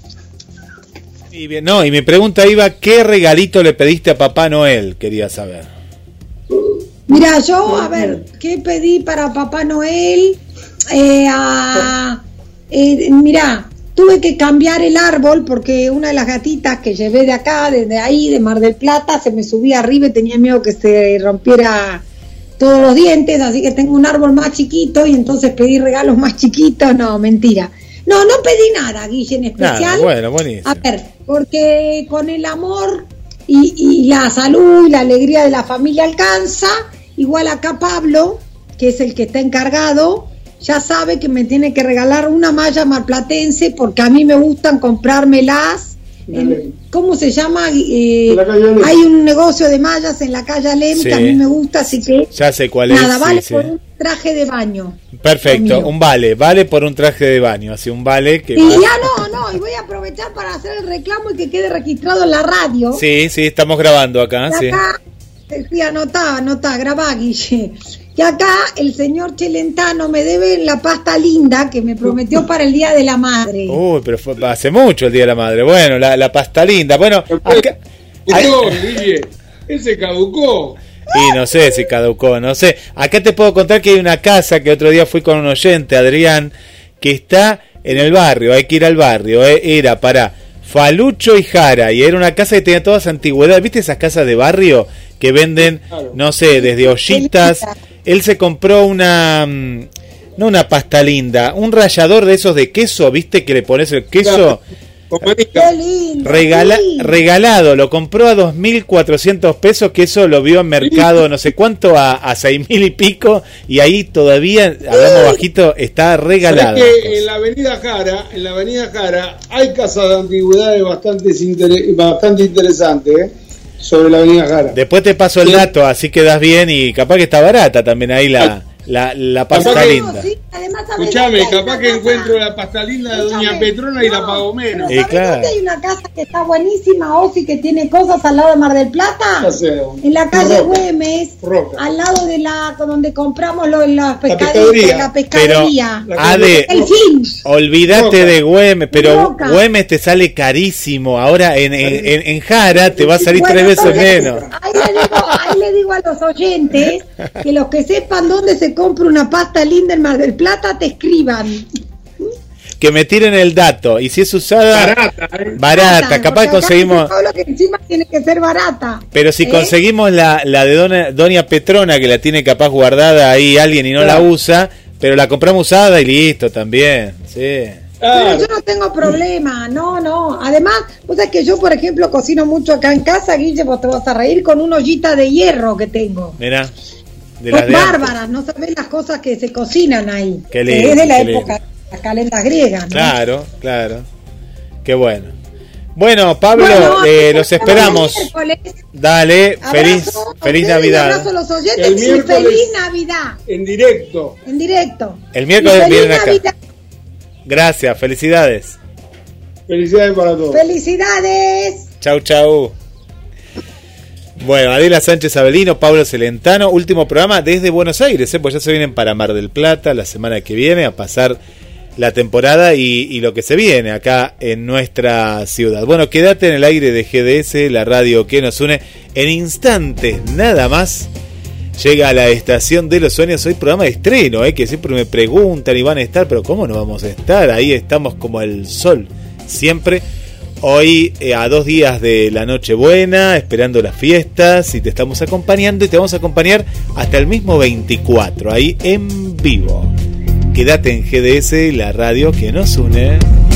Y bien, no, y mi pregunta iba, ¿qué regalito le pediste a Papá Noel? Quería saber. Mira, yo, a ver, ¿qué pedí para Papá Noel? Mira, tuve que cambiar el árbol porque una de las gatitas que llevé de acá, desde ahí, de Mar del Plata, se me subía arriba y tenía miedo que se rompiera todos los dientes, así que tengo un árbol más chiquito y entonces pedí regalos más chiquitos. No, mentira. No pedí nada, Guille, en especial. Nada, bueno, buenísimo. A ver, porque con el amor y la salud y la alegría de la familia alcanza. Igual acá Pablo, que es el que está encargado, ya sabe que me tiene que regalar una malla marplatense, porque a mí me gustan comprármelas. ¿Cómo se llama? Hay un negocio de mallas en la calle Alem, que a mí me gusta, así que ya sé cuál es. Nada, vale por un traje de baño. Perfecto, conmigo. Un vale por un traje de baño, así un vale que... Y ya y voy a aprovechar para hacer el reclamo y que quede registrado en la radio. Sí, estamos grabando acá, sí. Sí, anotá, grabá, Guille. Que acá el señor Celentano me debe la pasta linda que me prometió para el Día de la Madre. Uy, pero fue hace mucho el Día de la Madre. Bueno, la pasta linda. Bueno, acá... Guille, ese caducó. Y no sé si caducó, no sé. Acá te puedo contar que hay una casa que otro día fui con un oyente, Adrián, que está en el barrio. Hay que ir al barrio. Era para Falucho y Jara, y era una casa que tenía todas antigüedades. ¿Viste esas casas de barrio que venden, no sé, desde ollitas? Él se compró no una pasta linda, un rallador de esos de queso, ¿viste? Que le pones el queso. Qué lindo, regalado, lo compró a 2.400 pesos, que eso lo vio en mercado, no sé cuánto, a 6.000 y pico, y ahí todavía, hablamos bajito, está regalado. Que en la avenida Jara hay casas de antigüedades bastante interesantes, sobre la avenida Jara. Después te paso el dato, así quedas bien, y capaz que está barata también ahí la pasta linda. Sí, escuchame, capaz que encuentro la pasta linda de Doña Petrona y la pago menos. Claro. Hay una casa que está buenísima, Osi, que tiene cosas al lado de Mar del Plata, en la calle Güemes, al lado de donde compramos la pescadería. Pero, Ade, olvídate de Güemes, pero Güemes te sale carísimo. Ahora en Jara te va a salir 3 veces menos. Ahí le digo a los oyentes que los que sepan dónde se compra una pasta linda en Mar del Plata, te escriban. Que me tiren el dato, y si es usada, barata, capaz conseguimos. Todo lo que encima tiene que ser barata. Pero si conseguimos la de Doña Petrona, que la tiene capaz guardada ahí alguien y no la usa, pero la compramos usada y listo también, sí. Pero yo no tengo problema, no. Además, vos sabés que yo, por ejemplo, cocino mucho acá en casa, Guille, vos te vas a reír, con una ollita de hierro que tengo. Mirá. Son bárbaras, no sabés las cosas que se cocinan ahí. Qué lindo, es de la época de las calendas griegas, ¿no? Claro. Qué bueno. Bueno, Pablo, los esperamos. Dale, feliz Navidad. Un abrazo a los oyentes y feliz Navidad. En directo. El miércoles vienen acá. Gracias, felicidades. Felicidades para todos. Felicidades. Chau. Bueno, Adela Sánchez Abelino, Pablo Celentano, último programa desde Buenos Aires, pues ya se vienen para Mar del Plata la semana que viene a pasar la temporada y lo que se viene acá en nuestra ciudad. Bueno, quédate en el aire de GDS, la radio que nos une. En instantes, nada más, llega a la estación de los sueños. Hoy programa de estreno, que siempre me preguntan y van a estar, pero ¿cómo no vamos a estar? Ahí estamos como el sol, siempre. Hoy a 2 días de la Nochebuena, esperando las fiestas, y te estamos acompañando y te vamos a acompañar hasta el mismo 24, ahí en vivo. Quédate en GDS, la radio que nos une.